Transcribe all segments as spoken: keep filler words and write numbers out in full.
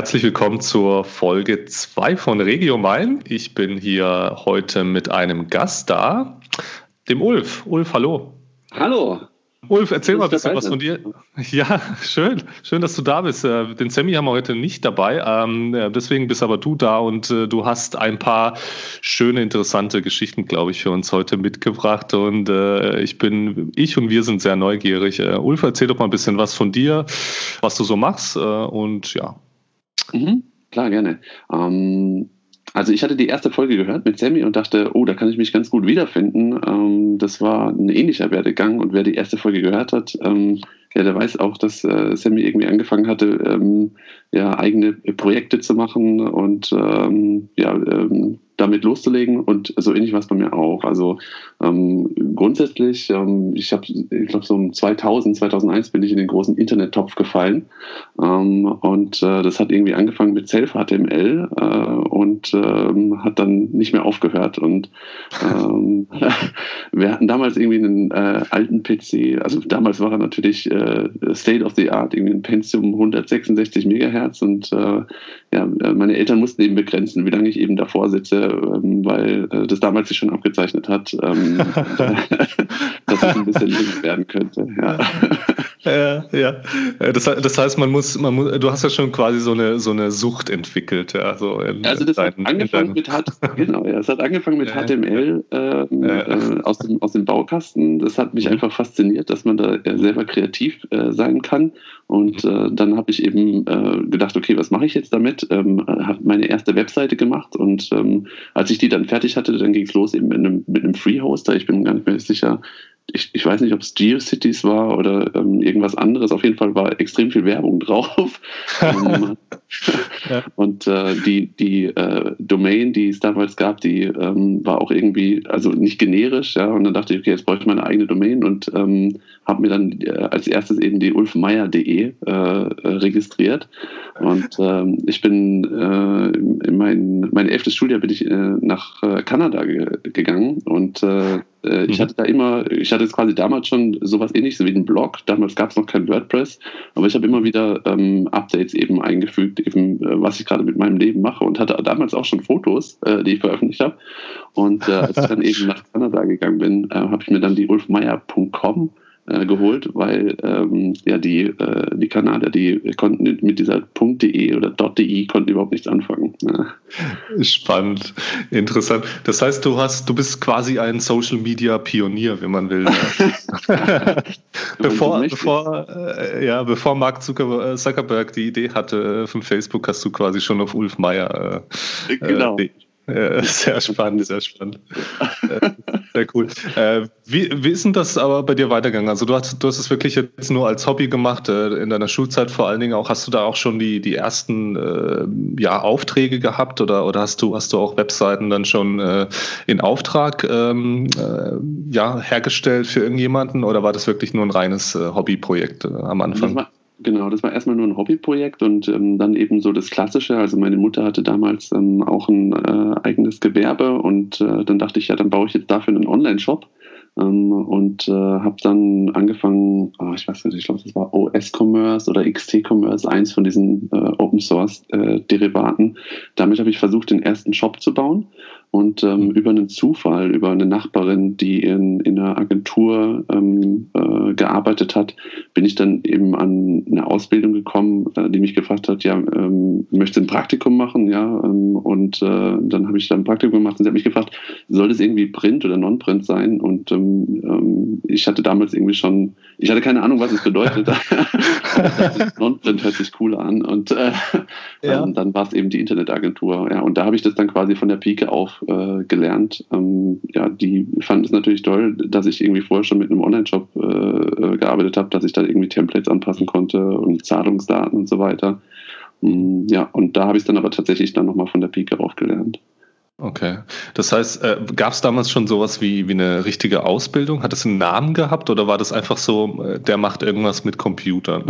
Herzlich willkommen zur Folge zwei von Regio Main. Ich bin hier heute mit einem Gast da, dem Ulf. Ulf, hallo. Hallo. Ulf, erzähl mal ein bisschen was von dir. Ja, schön. Schön, dass du da bist. Den Sammy haben wir heute nicht dabei. Deswegen bist aber du da und du hast ein paar schöne, interessante Geschichten, glaube ich, für uns heute mitgebracht. Und ich bin, ich und wir sind sehr neugierig. Ulf, erzähl doch mal ein bisschen was von dir, was du so machst. Und ja. Mhm, klar, gerne. Ähm, also ich hatte die erste Folge gehört mit Sammy und dachte, oh, da kann ich mich ganz gut wiederfinden. Ähm, das war ein ähnlicher Werdegang und wer die erste Folge gehört hat, ähm, ja, der weiß auch, dass äh, Sammy irgendwie angefangen hatte, ähm, ja, eigene Projekte zu machen und ähm, ja, ähm, damit loszulegen und so ähnlich war es bei mir auch. Also ähm, grundsätzlich, ähm, ich habe, ich glaube so um zweitausend, zweitausendeins bin ich in den großen Internettopf gefallen ähm, und äh, das hat irgendwie angefangen mit Self-H T M L äh, und ähm, hat dann nicht mehr aufgehört und ähm, wir hatten damals irgendwie einen äh, alten P C, also damals war er natürlich äh, State of the Art, irgendwie ein Pentium hundertsechsundsechzig Megahertz und äh, ja, meine Eltern mussten eben begrenzen, wie lange ich eben davor sitze, ähm, weil äh, das damals sich schon abgezeichnet hat, ähm, dass es ein bisschen links werden könnte. Ja. Ja, ja. Das, das heißt, man muss, man muss, du hast ja schon quasi so eine, so eine Sucht entwickelt, ja. So in, also das deinen, hat angefangen mit H T M L, genau, ja, es hat angefangen mit ja, H T M L ja. ähm, ja. Äh, aus, dem, aus dem Baukasten. Das hat mich mhm. einfach fasziniert, dass man da äh, selber kreativ äh, sein kann. Und äh, dann habe ich eben äh, gedacht, okay, was mache ich jetzt damit? Ähm, habe meine erste Webseite gemacht und ähm, als ich die dann fertig hatte, dann ging es los eben mit einem, mit einem Free-Hoster. Ich bin gar nicht mehr sicher, ich, ich weiß nicht, ob es GeoCities war oder ähm, irgendwas anderes. Auf jeden Fall war extrem viel Werbung drauf. ähm, ja. Und äh, die, die äh, Domain, die es damals gab, die ähm, war auch irgendwie, also nicht generisch. Ja? Und dann dachte ich, okay, jetzt brauche ich meine eigene Domain und ähm, habe mir dann äh, als erstes eben die ulfmeier punkt de äh, registriert. Und ähm, ich bin äh, in mein, mein elftes Schuljahr bin ich äh, nach äh, Kanada ge- gegangen und äh, ich hatte da immer, ich hatte jetzt quasi damals schon sowas ähnliches wie einen Blog. Damals gab es noch kein WordPress, aber ich habe immer wieder ähm, Updates eben eingefügt, eben äh, was ich gerade mit meinem Leben mache und hatte damals auch schon Fotos, äh, die ich veröffentlicht habe. Und äh, als ich dann eben nach Kanada gegangen bin, äh, habe ich mir dann die ulfmeier punkt com äh, geholt, weil ähm, ja die, äh, die Kanadier, die konnten mit dieser .de oder .de konnten überhaupt nichts anfangen. Ja. Spannend, interessant. Das heißt, du hast, du bist quasi ein Social Media Pionier, wenn man will. bevor, bevor, äh, ja, bevor Mark Zuckerberg die Idee hatte von Facebook, hast du quasi schon auf Ulfmeier. Äh, genau. Äh, Ja, sehr spannend, sehr spannend. Sehr cool. Äh, wie, wie ist denn das aber bei dir weitergegangen? Also du hast, du hast es wirklich jetzt nur als Hobby gemacht, äh, in deiner Schulzeit vor allen Dingen auch. Hast du da auch schon die, die ersten äh, ja, Aufträge gehabt oder, oder hast du, hast du auch Webseiten dann schon äh, in Auftrag ähm, äh, ja, hergestellt für irgendjemanden oder war das wirklich nur ein reines äh, Hobbyprojekt äh, am Anfang? Das war, genau, das war erstmal nur ein Hobbyprojekt und ähm, dann eben so das Klassische. Also meine Mutter hatte damals ähm, auch ein äh, eigenes Gewerbe und äh, dann dachte ich, ja, dann baue ich jetzt dafür einen Online-Shop. Ähm, und äh, habe dann angefangen, oh, ich weiß nicht, ich glaube, das war O S-Commerce oder X T-Commerce, eins von diesen äh, Open-Source-Derivaten. Damit habe ich versucht, den ersten Shop zu bauen. Und ähm, über einen Zufall, über eine Nachbarin, die in, in einer Agentur ähm, äh, gearbeitet hat, bin ich dann eben an eine Ausbildung gekommen, äh, die mich gefragt hat, ja, ähm, möchte ein Praktikum machen, ja, ähm, und äh, dann habe ich dann ein Praktikum gemacht und sie hat mich gefragt, soll das irgendwie Print oder Non-Print sein? Und ähm, ähm, ich hatte damals irgendwie schon, ich hatte keine Ahnung, was es bedeutet. Non-Print hört sich cool an und äh, ja. ähm, dann war es eben die Internetagentur, ja, und da habe ich das dann quasi von der Pike auf Äh, gelernt. Ähm, ja, die fanden es natürlich toll, dass ich irgendwie vorher schon mit einem Online-Shop äh, gearbeitet habe, dass ich da irgendwie Templates anpassen konnte und Zahlungsdaten und so weiter. Ähm, ja, und da habe ich es dann aber tatsächlich dann nochmal von der Pike auf gelernt. Okay. Das heißt, äh, gab es damals schon sowas wie, wie eine richtige Ausbildung? Hat es einen Namen gehabt oder war das einfach so, äh, der macht irgendwas mit Computern?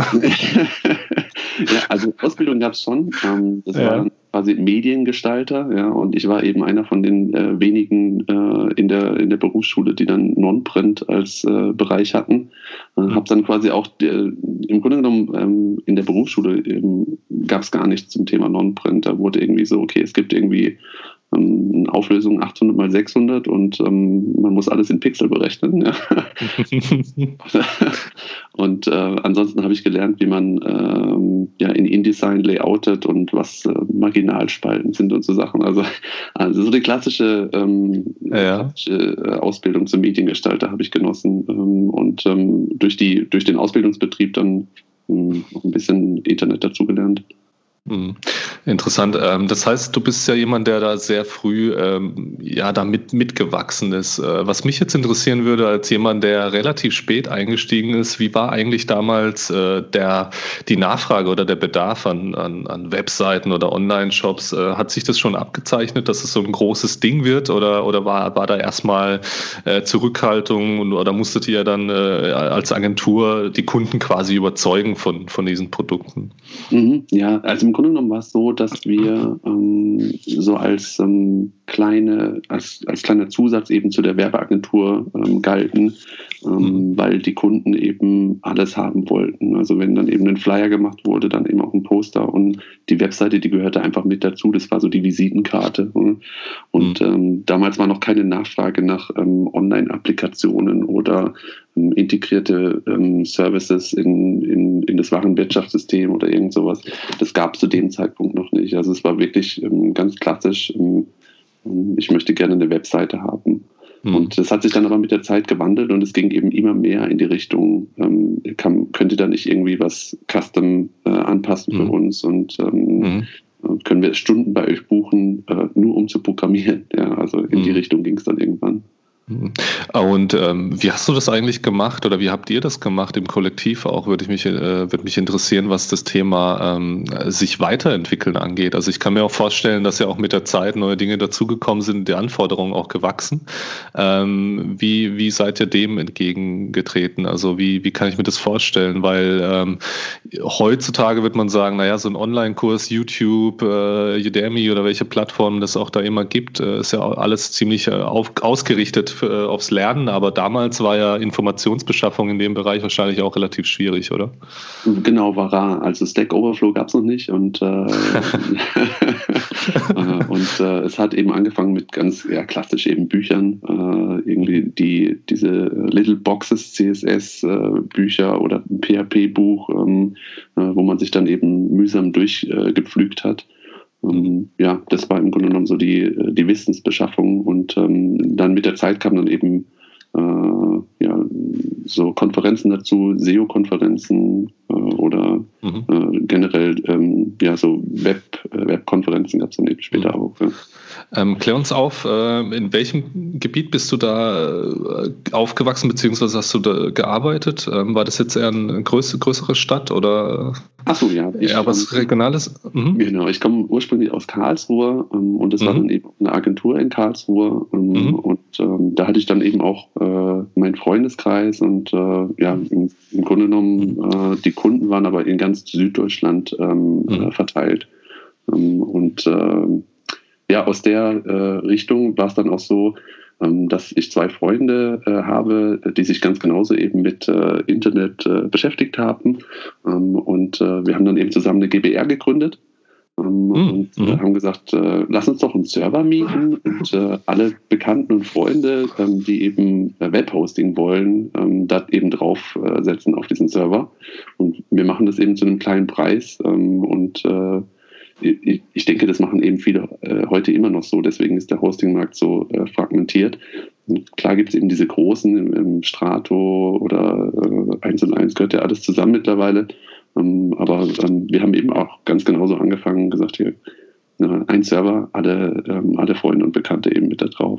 Ja, also Ausbildung gab es schon. Ähm, das ja. war dann quasi Mediengestalter, ja, und ich war eben einer von den äh, wenigen äh, in der in der Berufsschule, die dann Non-Print als äh, Bereich hatten. Mhm. Habe dann quasi auch, äh, im Grunde genommen, ähm, in der Berufsschule gab es gar nichts zum Thema Non-Print. Da wurde irgendwie so, okay, es gibt irgendwie ähm, eine Auflösung achthundert mal sechshundert und ähm, man muss alles in Pixel berechnen. Ja. Und äh, ansonsten habe ich gelernt, wie man ähm, ja, in InDesign layoutet und was äh, Marginalspalten sind und so Sachen. Also, also so die klassische, ähm, ja. klassische Ausbildung zum Mediengestalter habe ich genossen ähm, und ähm, durch, die, durch den Ausbildungsbetrieb dann ähm, noch ein bisschen Internet dazugelernt. Mhm. Interessant. Das heißt, du bist ja jemand, der da sehr früh ähm, ja damit mitgewachsen ist. Was mich jetzt interessieren würde, als jemand, der relativ spät eingestiegen ist, wie war eigentlich damals äh, der die Nachfrage oder der Bedarf an, an, an Webseiten oder Online-Shops? Äh, hat sich das schon abgezeichnet, dass es so ein großes Ding wird, oder, oder war, war da erstmal äh, Zurückhaltung, oder musstet ihr dann äh, als Agentur die Kunden quasi überzeugen von, von diesen Produkten? Mhm, ja, also im Grunde genommen war es so, dass wir ähm, so als ähm, kleine, als, als kleiner Zusatz eben zu der Werbeagentur ähm, galten, ähm, mhm. weil die Kunden eben alles haben wollten. Also wenn dann eben ein Flyer gemacht wurde, dann eben auch ein Poster, und die Webseite, die gehörte einfach mit dazu. Das war so die Visitenkarte. Und mhm. ähm, damals war noch keine Nachfrage nach ähm, Online-Applikationen oder ähm, integrierte ähm, Services in, in, in das Warenwirtschaftssystem oder irgend sowas. Das gab es zu dem Zeitpunkt noch nicht. Also es war wirklich ähm, ganz klassisch, ähm, ich möchte gerne eine Webseite haben. Mhm. Und das hat sich dann aber mit der Zeit gewandelt und es ging eben immer mehr in die Richtung, ähm, kann, könnte da nicht irgendwie was Custom äh, anpassen mhm. für uns, und ähm, mhm. können wir Stunden bei euch buchen, äh, nur um zu programmieren. Ja, also in mhm. die Richtung ging es dann irgendwann. Und ähm, wie hast du das eigentlich gemacht, oder wie habt ihr das gemacht im Kollektiv auch? Würde ich mich, äh, würde mich interessieren, was das Thema ähm, sich weiterentwickeln angeht. Also ich kann mir auch vorstellen, dass ja auch mit der Zeit neue Dinge dazugekommen sind, die Anforderungen auch gewachsen. Ähm, wie, wie seid ihr dem entgegengetreten? Also wie, wie kann ich mir das vorstellen? Weil ähm, heutzutage wird man sagen, naja, so ein Online-Kurs, YouTube, äh, Udemy oder welche Plattformen das auch da immer gibt, äh, ist ja alles ziemlich äh, auf, ausgerichtet für, aufs Lernen, aber damals war ja Informationsbeschaffung in dem Bereich wahrscheinlich auch relativ schwierig, oder? Genau, war rar. Also Stack Overflow gab es noch nicht, und, äh, und äh, es hat eben angefangen mit ganz ja, klassisch eben Büchern, äh, irgendwie die diese Little Boxes C S S äh, Bücher oder ein P H P-Buch, ähm, äh, wo man sich dann eben mühsam durchgepflügt äh, hat. Ähm, ja, das war im Grunde genommen so die, die Wissensbeschaffung, und ähm, dann mit der Zeit kam dann eben äh, ja, so Konferenzen dazu, S E O-Konferenzen äh, oder mhm. äh, generell ähm, ja, so Web, äh, Webkonferenzen gab es dann eben später mhm. auch. Ja. Ähm, klär uns auf, äh, in welchem Gebiet bist du da äh, aufgewachsen, beziehungsweise hast du da gearbeitet? Ähm, war das jetzt eher eine größere, größere Stadt oder Achso, ja, ich, eher was ähm, Regionales? Mhm. Genau, ich komme ursprünglich aus Karlsruhe ähm, und es mhm. war dann eben eine Agentur in Karlsruhe ähm, mhm. und ähm, da hatte ich dann eben auch äh, meinen Freundeskreis, und äh, ja, im, im Grunde genommen äh, die Kunden waren aber in ganz Süddeutschland ähm, mhm. äh, verteilt. Ähm, und äh, ja, aus der äh, Richtung war es dann auch so, ähm, dass ich zwei Freunde äh, habe, die sich ganz genauso eben mit äh, Internet äh, beschäftigt haben. Ähm, und äh, wir haben dann eben zusammen eine G b R gegründet. Ähm, mhm. Und äh, haben gesagt, äh, lass uns doch einen Server mieten, und äh, alle Bekannten und Freunde, ähm, die eben äh, Webhosting wollen, ähm, da eben drauf äh, setzen auf diesen Server. Und wir machen das eben zu einem kleinen Preis, ähm, und äh, Ich, ich denke, das machen eben viele äh, heute immer noch so, deswegen ist der Hostingmarkt so äh, fragmentiert. Und klar gibt es eben diese großen, im, im Strato oder äh, eins und eins gehört ja alles zusammen mittlerweile. Ähm, aber ähm, wir haben eben auch ganz genauso angefangen und gesagt, hier, na, ein Server, alle, ähm, alle Freunde und Bekannte eben mit da drauf.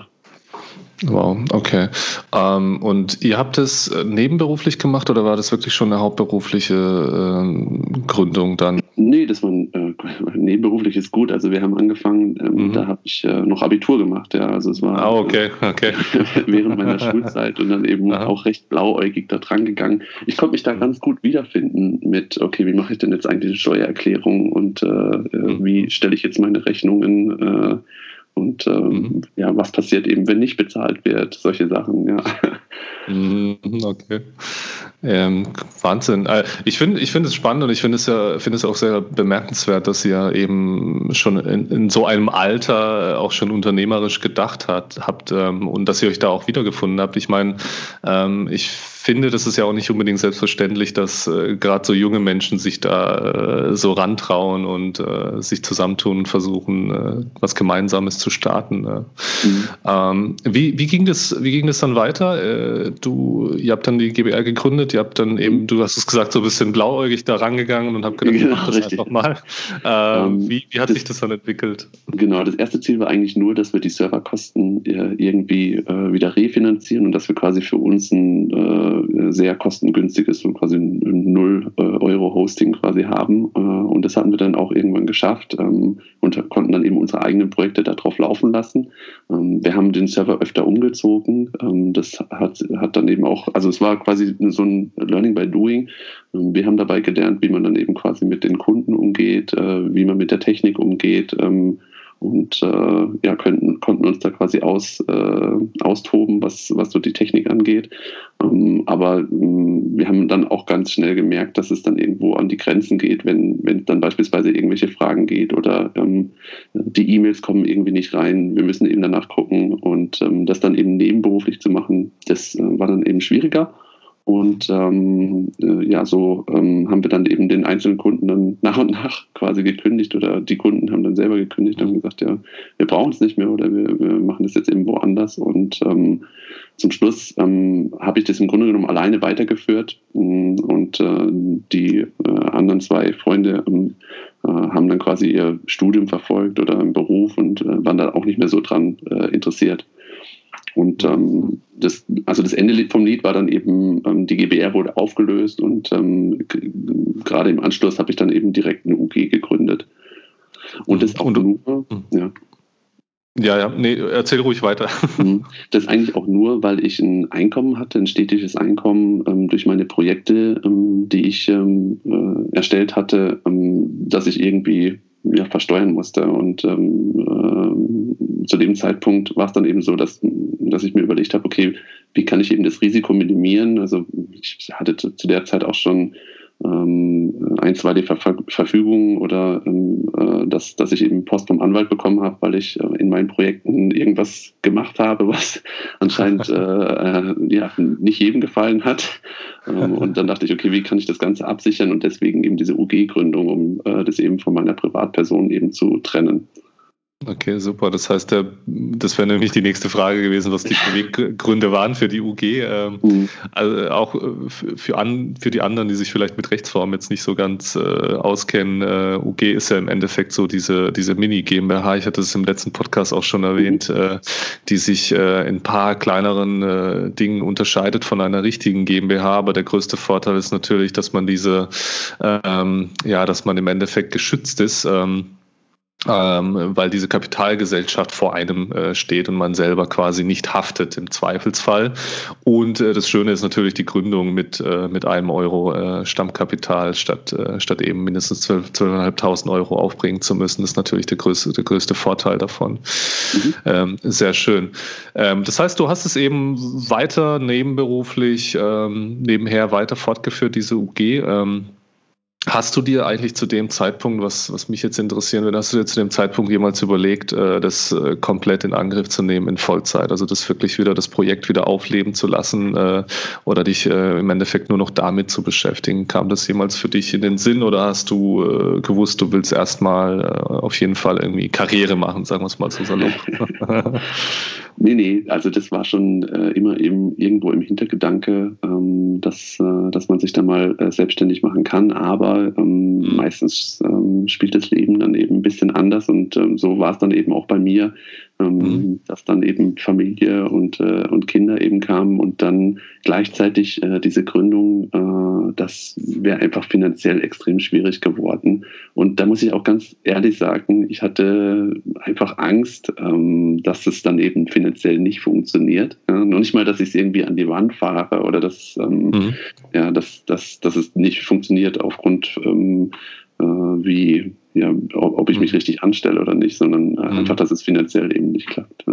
Wow, okay. Ähm, und ihr habt es nebenberuflich gemacht, oder war das wirklich schon eine hauptberufliche ähm, Gründung dann? Nee, das war äh, nebenberuflich ist gut. Also wir haben angefangen, ähm, mhm. da habe ich äh, noch Abitur gemacht, ja. Also es war ah, okay, okay. während meiner Schulzeit, und dann eben Aha. auch recht blauäugig da dran gegangen. Ich konnte mich da mhm. ganz gut wiederfinden mit, okay, wie mache ich denn jetzt eigentlich eine Steuererklärung, und äh, mhm. wie stelle ich jetzt meine Rechnungen äh, und ähm, mhm. ja, was passiert eben, wenn nicht bezahlt wird, solche Sachen, ja. Okay. Ähm, Wahnsinn. Äh, Ich finde ich finde es spannend und ich finde es ja, finde es auch sehr bemerkenswert, dass ihr eben schon in, in so einem Alter äh, auch schon unternehmerisch gedacht hat, habt ähm, und dass ihr euch da auch wiedergefunden habt. Ich meine, ähm, ich finde, das ist ja auch nicht unbedingt selbstverständlich, dass äh, gerade so junge Menschen sich da äh, so rantrauen und äh, sich zusammentun und versuchen, äh, was Gemeinsames zu starten. Äh. Mhm. Ähm, wie, wie ging das, wie ging das dann weiter? Äh, du, ihr habt dann die G b R gegründet, ihr habt dann eben, du hast es gesagt, so ein bisschen blauäugig da rangegangen und habt gedacht, genau, mach das richtig. einfach mal. Äh, ähm, wie, wie hat das, sich das dann entwickelt? Genau, das erste Ziel war eigentlich nur, dass wir die Serverkosten äh, irgendwie äh, wieder refinanzieren und dass wir quasi für uns ein äh, sehr kostengünstiges und quasi ein null Euro Hosting quasi haben. Äh, und das hatten wir dann auch irgendwann geschafft ähm, und konnten dann eben unsere eigenen Projekte darauf laufen lassen. Ähm, wir haben den Server öfter umgezogen. Ähm, das hat, hat dann eben auch, also es war quasi so ein Learning by Doing. Ähm, wir haben dabei gelernt, wie man dann eben quasi mit den Kunden umgeht, äh, wie man mit der Technik umgeht, ähm, und äh, ja, könnten, konnten uns da quasi aus, äh, austoben, was, was so die Technik angeht. Ähm, aber ähm, wir haben dann auch ganz schnell gemerkt, dass es dann irgendwo an die Grenzen geht, wenn wenn es dann beispielsweise irgendwelche Fragen geht oder ähm, die E-Mails kommen irgendwie nicht rein. Wir müssen eben danach gucken und ähm, das dann eben nebenberuflich zu machen, das äh, war dann eben schwieriger. Und ähm, äh, ja, so ähm, haben wir dann eben den einzelnen Kunden dann nach und nach quasi gekündigt oder die Kunden haben dann selber gekündigt und haben gesagt, ja, wir brauchen es nicht mehr oder wir, wir machen das jetzt eben woanders. Und ähm, zum Schluss ähm, habe ich das im Grunde genommen alleine weitergeführt und äh, die äh, anderen zwei Freunde ähm, äh, haben dann quasi ihr Studium verfolgt oder einen Beruf und äh, waren da auch nicht mehr so dran äh, interessiert. Und ähm, das, also das Ende vom Lied war dann eben, ähm, die G b R wurde aufgelöst und ähm, g- gerade im Anschluss habe ich dann eben direkt eine U G gegründet. Und das auch Und du, nur, ja. Ja, ja, nee, erzähl ruhig weiter. Das eigentlich auch nur, weil ich ein Einkommen hatte, ein stetiges Einkommen ähm, durch meine Projekte, ähm, die ich ähm, äh, erstellt hatte, ähm, dass ich irgendwie ja, versteuern musste. Und ähm, äh, zu dem Zeitpunkt war es dann eben so, dass, dass ich mir überlegt habe, okay, wie kann ich eben das Risiko minimieren? Also ich hatte zu, zu der Zeit auch schon ähm, einstweilige Ver- Verfügungen oder ähm, äh, dass, dass ich eben Post vom Anwalt bekommen habe, weil ich äh, in meinen Projekten irgendwas gemacht habe, was anscheinend äh, äh, ja, nicht jedem gefallen hat. Ähm, und dann dachte ich, okay, wie kann ich das Ganze absichern? Und deswegen eben diese U G-Gründung, um äh, das eben von meiner Privatperson eben zu trennen. Okay, super. Das heißt, der, das wäre nämlich die nächste Frage gewesen, was die Beweggründe waren für die U G. Ähm, mhm. Also auch für, für, an, für die anderen, die sich vielleicht mit Rechtsform jetzt nicht so ganz äh, auskennen. Äh, U G ist ja im Endeffekt so diese, diese Mini-GmbH, ich hatte es im letzten Podcast auch schon erwähnt, mhm. äh, die sich äh, in ein paar kleineren äh, Dingen unterscheidet von einer richtigen GmbH. Aber der größte Vorteil ist natürlich, dass man diese, ähm, ja, dass man im Endeffekt geschützt ist. Ähm, Ähm, weil diese Kapitalgesellschaft vor einem äh, steht und man selber quasi nicht haftet im Zweifelsfall. Und äh, das Schöne ist natürlich die Gründung mit, äh, mit einem Euro äh, Stammkapital statt, äh, statt eben mindestens zwölf, zwölftausendfünfhundert Euro aufbringen zu müssen. Das ist natürlich der größte, der größte Vorteil davon. Mhm. Ähm, sehr schön. Ähm, das heißt, du hast es eben weiter nebenberuflich, ähm, nebenher weiter fortgeführt, diese U G. Ähm, Hast du dir eigentlich zu dem Zeitpunkt, was, was mich jetzt interessieren würde, hast du dir zu dem Zeitpunkt jemals überlegt, das komplett in Angriff zu nehmen in Vollzeit? Also das wirklich wieder, das Projekt wieder aufleben zu lassen oder dich im Endeffekt nur noch damit zu beschäftigen? Kam das jemals für dich in den Sinn oder hast du gewusst, du willst erstmal auf jeden Fall irgendwie Karriere machen, sagen wir es mal so salopp? Nee, nee, also das war schon äh, immer eben irgendwo im Hintergedanke, ähm, dass, äh, dass man sich da mal äh, selbstständig machen kann, aber ähm, mhm. meistens ähm, spielt das Leben dann eben ein bisschen anders und ähm, so war es dann eben auch bei mir, ähm, mhm. dass dann eben Familie und, äh, und Kinder eben kamen und dann gleichzeitig äh, diese Gründung, äh, das wäre einfach finanziell extrem schwierig geworden. Und da muss ich auch ganz ehrlich sagen, ich hatte einfach Angst, ähm, dass es dann eben finanziell nicht funktioniert. Ja, noch nicht mal, dass ich es irgendwie an die Wand fahre oder dass, ähm, mhm. ja, dass, dass, dass es nicht funktioniert aufgrund ähm, äh, wie, ja, ob, ob ich mich richtig anstelle oder nicht, sondern äh, mhm. einfach, dass es finanziell eben nicht klappt. Ja.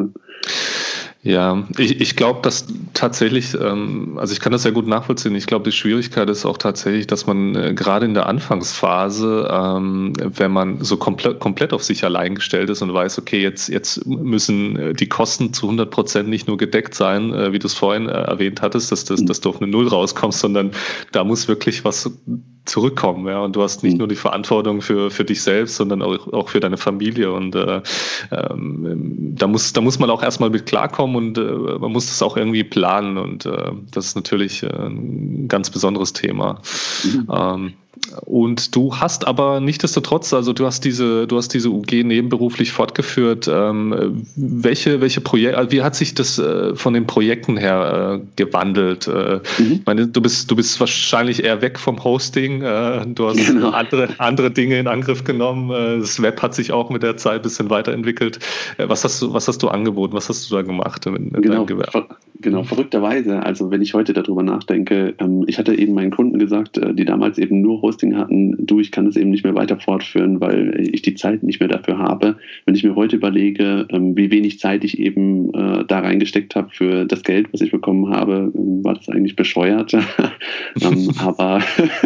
Ja, ich, ich glaube, dass tatsächlich, ähm, also ich kann das sehr gut nachvollziehen. Ich glaube, die Schwierigkeit ist auch tatsächlich, dass man äh, gerade in der Anfangsphase, ähm, wenn man so komplett, komplett auf sich allein gestellt ist und weiß, okay, jetzt, jetzt müssen äh, die Kosten zu hundert Prozent nicht nur gedeckt sein, äh, wie du es vorhin äh, erwähnt hattest, dass, dass, dass du auf eine Null rauskommst, sondern da muss wirklich was zurückkommen, ja, und du hast nicht nur die Verantwortung für, für dich selbst, sondern auch, auch für deine Familie und äh, ähm, da muss, da muss man auch erstmal mit klarkommen und äh, man muss das auch irgendwie planen und äh, das ist natürlich äh, ein ganz besonderes Thema. Mhm. Ähm, und du hast aber nichtsdestotrotz, also du hast diese, du hast diese U G nebenberuflich fortgeführt. Ähm, welche, welche Projekte, wie hat sich das äh, von den Projekten her äh, gewandelt? Äh, mhm. Ich meine, du bist, du bist wahrscheinlich eher weg vom Hosting. Äh, du hast genau. andere, andere Dinge in Angriff genommen. Äh, das Web hat sich auch mit der Zeit ein bisschen weiterentwickelt. Äh, was hast du, was hast du angeboten? Was hast du da gemacht in, in genau, ver genau, verrückterweise. Also wenn ich heute darüber nachdenke, ähm, ich hatte eben meinen Kunden gesagt, äh, die damals eben nur Hosting hatten, du, ich kann das eben nicht mehr weiter fortführen, weil ich die Zeit nicht mehr dafür habe. Wenn ich mir heute überlege, ähm, wie wenig Zeit ich eben äh, da reingesteckt habe für das Geld, was ich bekommen habe, ähm, war das eigentlich bescheuert. ähm, aber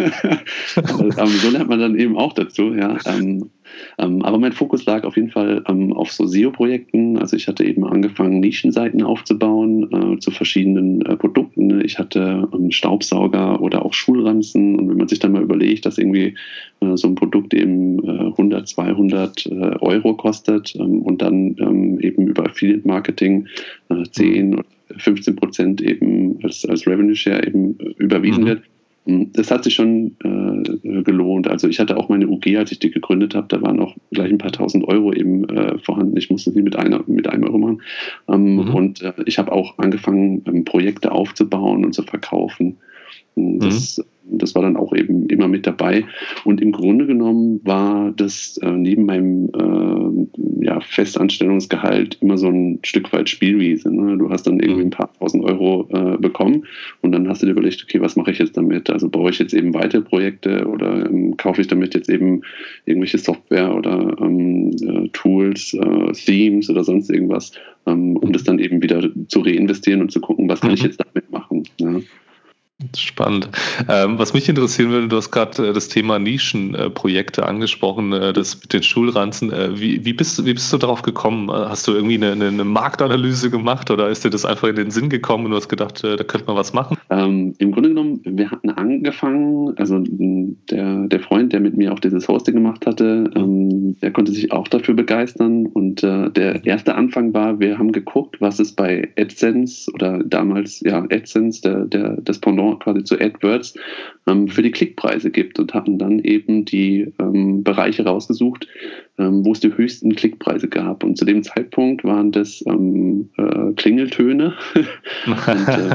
aber so lernt man dann eben auch dazu, ja. Ähm, Ähm, aber mein Fokus lag auf jeden Fall ähm, auf so S E O-Projekten. Also ich hatte eben angefangen, Nischenseiten aufzubauen äh, zu verschiedenen äh, Produkten. Ich hatte ähm, Staubsauger oder auch Schulranzen. Und wenn man sich dann mal überlegt, dass irgendwie äh, so ein Produkt eben äh, hundert, zweihundert äh, Euro kostet ähm, und dann ähm, eben über Affiliate-Marketing äh, zehn oder fünfzehn Prozent eben als, als Revenue Share eben überwiesen mhm. wird, das hat sich schon äh, gelohnt. Also ich hatte auch meine U G, als ich die gegründet habe, da waren auch gleich ein paar tausend Euro eben äh, vorhanden. Ich musste sie mit, einer, mit einem Euro machen. Ähm, mhm. Und äh, ich habe auch angefangen, ähm, Projekte aufzubauen und zu verkaufen. Das, mhm. das war dann auch eben immer mit dabei. Und im Grunde genommen war das äh, neben meinem äh, ja, Festanstellungsgehalt immer so ein Stück weit Spielwiese. Ne? Du hast dann irgendwie ein paar tausend Euro äh, bekommen und dann hast du dir überlegt, okay, was mache ich jetzt damit? Also baue ich jetzt eben weitere Projekte oder ähm, kaufe ich damit jetzt eben irgendwelche Software oder ähm, äh, Tools, äh, Themes oder sonst irgendwas, ähm, um das dann eben wieder zu reinvestieren und zu gucken, was kann mhm. ich jetzt damit machen. Ja? Spannend. Ähm, was mich interessieren würde, du hast gerade äh, das Thema Nischenprojekte äh, angesprochen, äh, das mit den Schulranzen. Äh, wie, wie, bist, wie bist du darauf gekommen? Hast du irgendwie eine, eine Marktanalyse gemacht oder ist dir das einfach in den Sinn gekommen und du hast gedacht, äh, da könnte man was machen? Ähm, Im Grunde genommen, wir hatten angefangen, also der, der Freund, der mit mir auch dieses Hosting gemacht hatte, ähm, der konnte sich auch dafür begeistern und äh, der erste Anfang war, wir haben geguckt, was es bei AdSense oder damals, ja, AdSense, der, der, das Pendant quasi zu AdWords, ähm, für die Klickpreise gibt und hatten dann eben die ähm, Bereiche rausgesucht, ähm, wo es die höchsten Klickpreise gab. Und zu dem Zeitpunkt waren das ähm, äh, Klingeltöne. und, äh,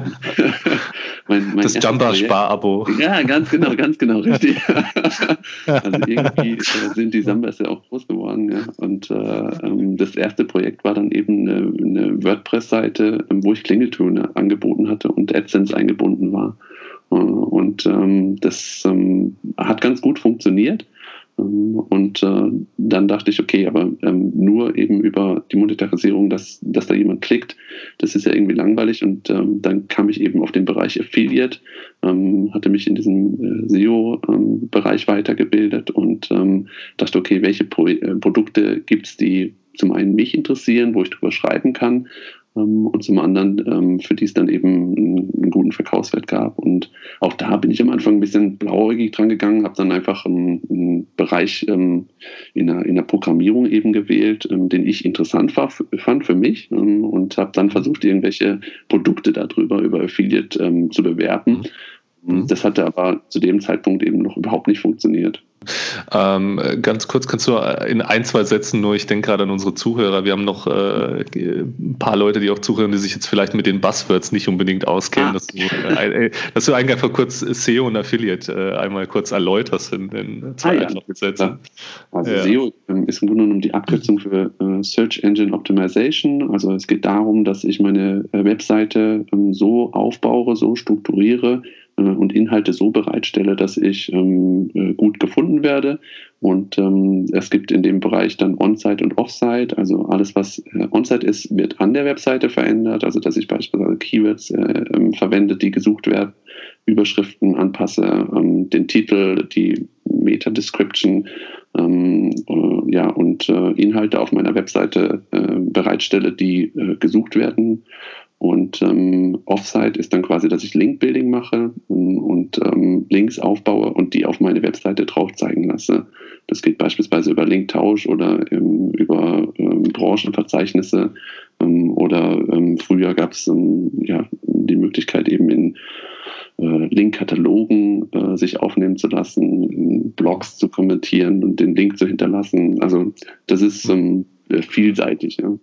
mein, mein das Jumper-Spar-Abo. Ja, ganz genau, ganz genau, richtig. Also irgendwie äh, sind die Sambas ja auch groß geworden. Ja. Und äh, ähm, das erste Projekt war dann eben eine, eine WordPress-Seite, ähm, wo ich Klingeltöne angeboten hatte und AdSense eingebunden war. Und ähm, das ähm, hat ganz gut funktioniert. Ähm, und äh, dann dachte ich, okay, aber ähm, nur eben über die Monetarisierung, dass, dass da jemand klickt, das ist ja irgendwie langweilig. Und ähm, dann kam ich eben auf den Bereich Affiliate, ähm, hatte mich in diesem äh, S E O-Bereich ähm, weitergebildet und ähm, dachte, okay, welche Pro äh, Produkte gibt es, die zum einen mich interessieren, wo ich drüber schreiben kann, und zum anderen, für die es dann eben einen guten Verkaufswert gab. Und auch da bin ich am Anfang ein bisschen blauäugig dran gegangen, habe dann einfach einen, einen Bereich in der, in der Programmierung eben gewählt, den ich interessant war, fand für mich und habe dann versucht, irgendwelche Produkte darüber, über Affiliate zu bewerben. Mhm. Das hatte aber zu dem Zeitpunkt eben noch überhaupt nicht funktioniert. Ähm, ganz kurz, kannst du in ein, zwei Sätzen nur, ich denke gerade an unsere Zuhörer, wir haben noch äh, ein paar Leute, die auch zuhören, die sich jetzt vielleicht mit den Buzzwords nicht unbedingt auskennen, ah. dass, du, äh, dass du eigentlich einfach kurz S E O und Affiliate äh, einmal kurz erläuterst in, in zwei, ah, ja. Sätzen. Also ja. S E O ist im Grunde genommen die Abkürzung für äh, Search Engine Optimization, also es geht darum, dass ich meine äh, Webseite ähm, so aufbaue, so strukturiere, äh, und Inhalte so bereitstelle, dass ich ähm, äh, gut gefunden werde. Und ähm, es gibt in dem Bereich dann On-Site und Off-Site. Also alles, was äh, On-Site ist, wird an der Webseite verändert. Also dass ich beispielsweise Keywords äh, ähm, verwende, die gesucht werden, Überschriften anpasse, ähm, den Titel, die Meta-Description, ähm, äh, ja, und äh, Inhalte auf meiner Webseite äh, bereitstelle, die äh, gesucht werden. Und ähm, Offsite ist dann quasi, dass ich Link-Building mache und, und ähm, Links aufbaue und die auf meine Webseite drauf zeigen lasse. Das geht beispielsweise über Linktausch oder ähm, über ähm, Branchenverzeichnisse ähm, oder ähm, früher gab es ähm, ja, die Möglichkeit eben in äh, Link-Katalogen äh, sich aufnehmen zu lassen, in Blogs zu kommentieren und den Link zu hinterlassen. Also das ist ähm, vielseitig, ja.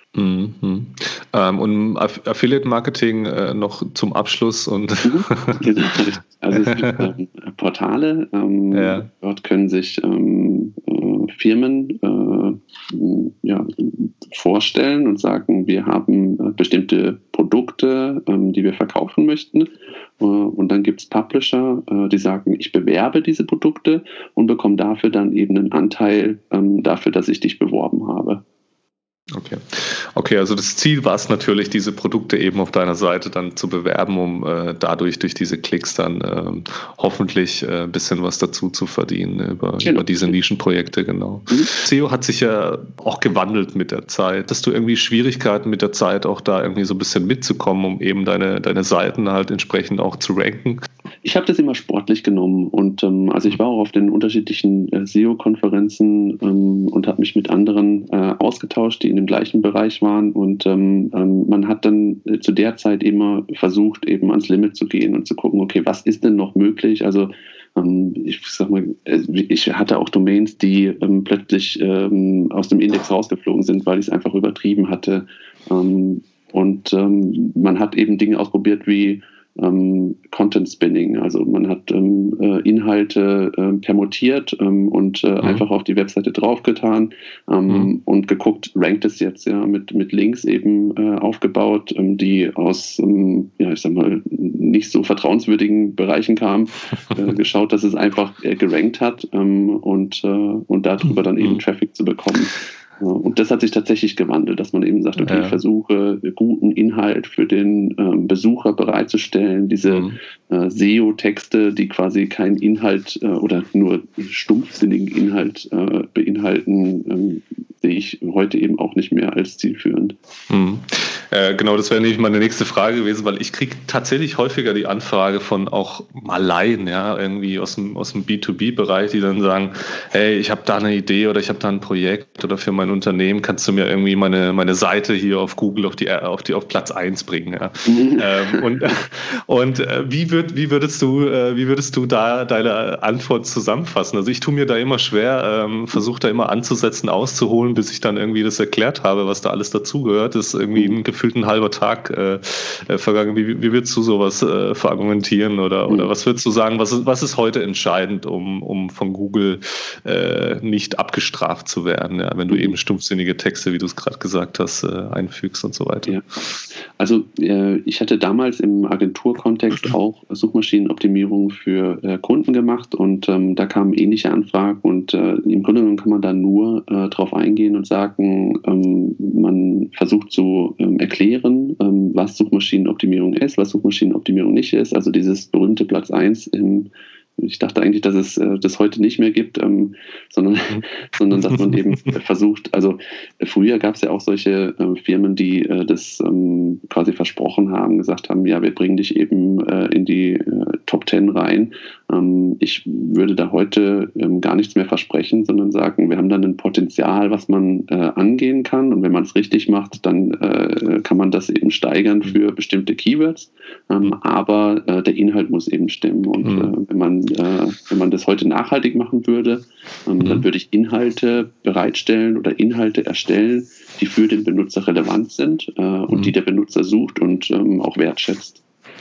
Mhm. Ähm, und Affiliate-Marketing äh, noch zum Abschluss und genau. Also es gibt ähm, Portale, ähm, ja. Dort können sich ähm, äh, Firmen äh, ja, vorstellen und sagen, wir haben äh, bestimmte Produkte, ähm, die wir verkaufen möchten. Äh, und dann gibt es Publisher, äh, die sagen, ich bewerbe diese Produkte und bekomme dafür dann eben einen Anteil ähm, dafür, dass ich dich beworben habe. Okay. Okay, also das Ziel war es natürlich, diese Produkte eben auf deiner Seite dann zu bewerben, um äh, dadurch durch diese Klicks dann äh, hoffentlich ein äh, bisschen was dazu zu verdienen über, genau. über diese Nischenprojekte, genau. Mhm. S E O hat sich ja auch gewandelt mit der Zeit. Hast du irgendwie Schwierigkeiten mit der Zeit auch da irgendwie so ein bisschen mitzukommen, um eben deine, deine Seiten halt entsprechend auch zu ranken? Ich habe das immer sportlich genommen und ähm, also ich war auch auf den unterschiedlichen äh, S E O-Konferenzen ähm, und habe mich mit anderen äh, ausgetauscht, die in dem gleichen Bereich waren und ähm, ähm, man hat dann äh, zu der Zeit immer versucht, eben ans Limit zu gehen und zu gucken, okay, was ist denn noch möglich? Also ähm, ich sag mal, ich hatte auch Domains, die ähm, plötzlich ähm, aus dem Index rausgeflogen sind, weil ich es einfach übertrieben hatte ähm, und ähm, man hat eben Dinge ausprobiert wie Ähm, Content Spinning, also man hat ähm, äh, Inhalte äh, permutiert ähm, und äh, mhm. einfach auf die Webseite draufgetan ähm, mhm. und geguckt, rankt es jetzt, ja, mit, mit Links eben äh, aufgebaut, ähm, die aus, ähm, ja, ich sag mal, nicht so vertrauenswürdigen Bereichen kamen, äh, geschaut, dass es einfach äh, gerankt hat ähm, und, äh, und darüber dann eben Traffic zu bekommen. Und das hat sich tatsächlich gewandelt, dass man eben sagt, okay, ja. ich versuche, guten Inhalt für den ähm, Besucher bereitzustellen, diese mhm. äh, S E O-Texte, die quasi keinen Inhalt äh, oder nur stumpfsinnigen Inhalt äh, beinhalten, ähm, sehe ich heute eben auch nicht mehr als zielführend. Mhm. Äh, genau, das wäre nämlich meine nächste Frage gewesen, weil ich kriege tatsächlich häufiger die Anfrage von auch mal Laien, ja, irgendwie aus dem, aus dem B zwei B-Bereich, die dann sagen, hey, ich habe da eine Idee oder ich habe da ein Projekt oder für mein Unternehmen, kannst du mir irgendwie meine, meine Seite hier auf Google auf die, auf die auf Platz eins bringen. Ja. Mhm. Ähm, und und äh, wie, würd, wie, würdest du, äh, wie würdest du da deine Antwort zusammenfassen? Also ich tue mir da immer schwer, ähm, versuche da immer anzusetzen, auszuholen, bis ich dann irgendwie das erklärt habe, was da alles dazugehört. Das ist irgendwie ein gefühlt ein halber Tag äh, vergangen. Wie, wie würdest du sowas äh, verargumentieren oder, oder was würdest du sagen, was ist, was ist heute entscheidend, um, um von Google äh, nicht abgestraft zu werden, ja, wenn du eben stumpfsinnige Texte, wie du es gerade gesagt hast, äh, einfügst und so weiter? Ja. Also äh, ich hatte damals im Agenturkontext auch Suchmaschinenoptimierung für äh, Kunden gemacht und ähm, da kamen ähnliche Anfragen und äh, im Grunde genommen kann man da nur äh, drauf eingehen und sagen, ähm, man versucht zu ähm, erklären, ähm, was Suchmaschinenoptimierung ist, was Suchmaschinenoptimierung nicht ist, also dieses berühmte Platz eins im Ich dachte eigentlich, dass es äh, das heute nicht mehr gibt, ähm, sondern, sondern dass man eben versucht, also äh, früher gab es ja auch solche äh, Firmen, die äh, das ähm, quasi versprochen haben, gesagt haben, ja, wir bringen dich eben äh, in die äh, Top Ten rein. Ähm, ich würde da heute ähm, gar nichts mehr versprechen, sondern sagen, wir haben dann ein Potenzial, was man äh, angehen kann und wenn man es richtig macht, dann äh, kann man das eben steigern für bestimmte Keywords, ähm, aber äh, der Inhalt muss eben stimmen und äh, wenn man Äh, wenn man das heute nachhaltig machen würde, ähm, mhm. dann würde ich Inhalte bereitstellen oder Inhalte erstellen, die für den Benutzer relevant sind äh, und mhm. die der Benutzer sucht und ähm, auch wertschätzt.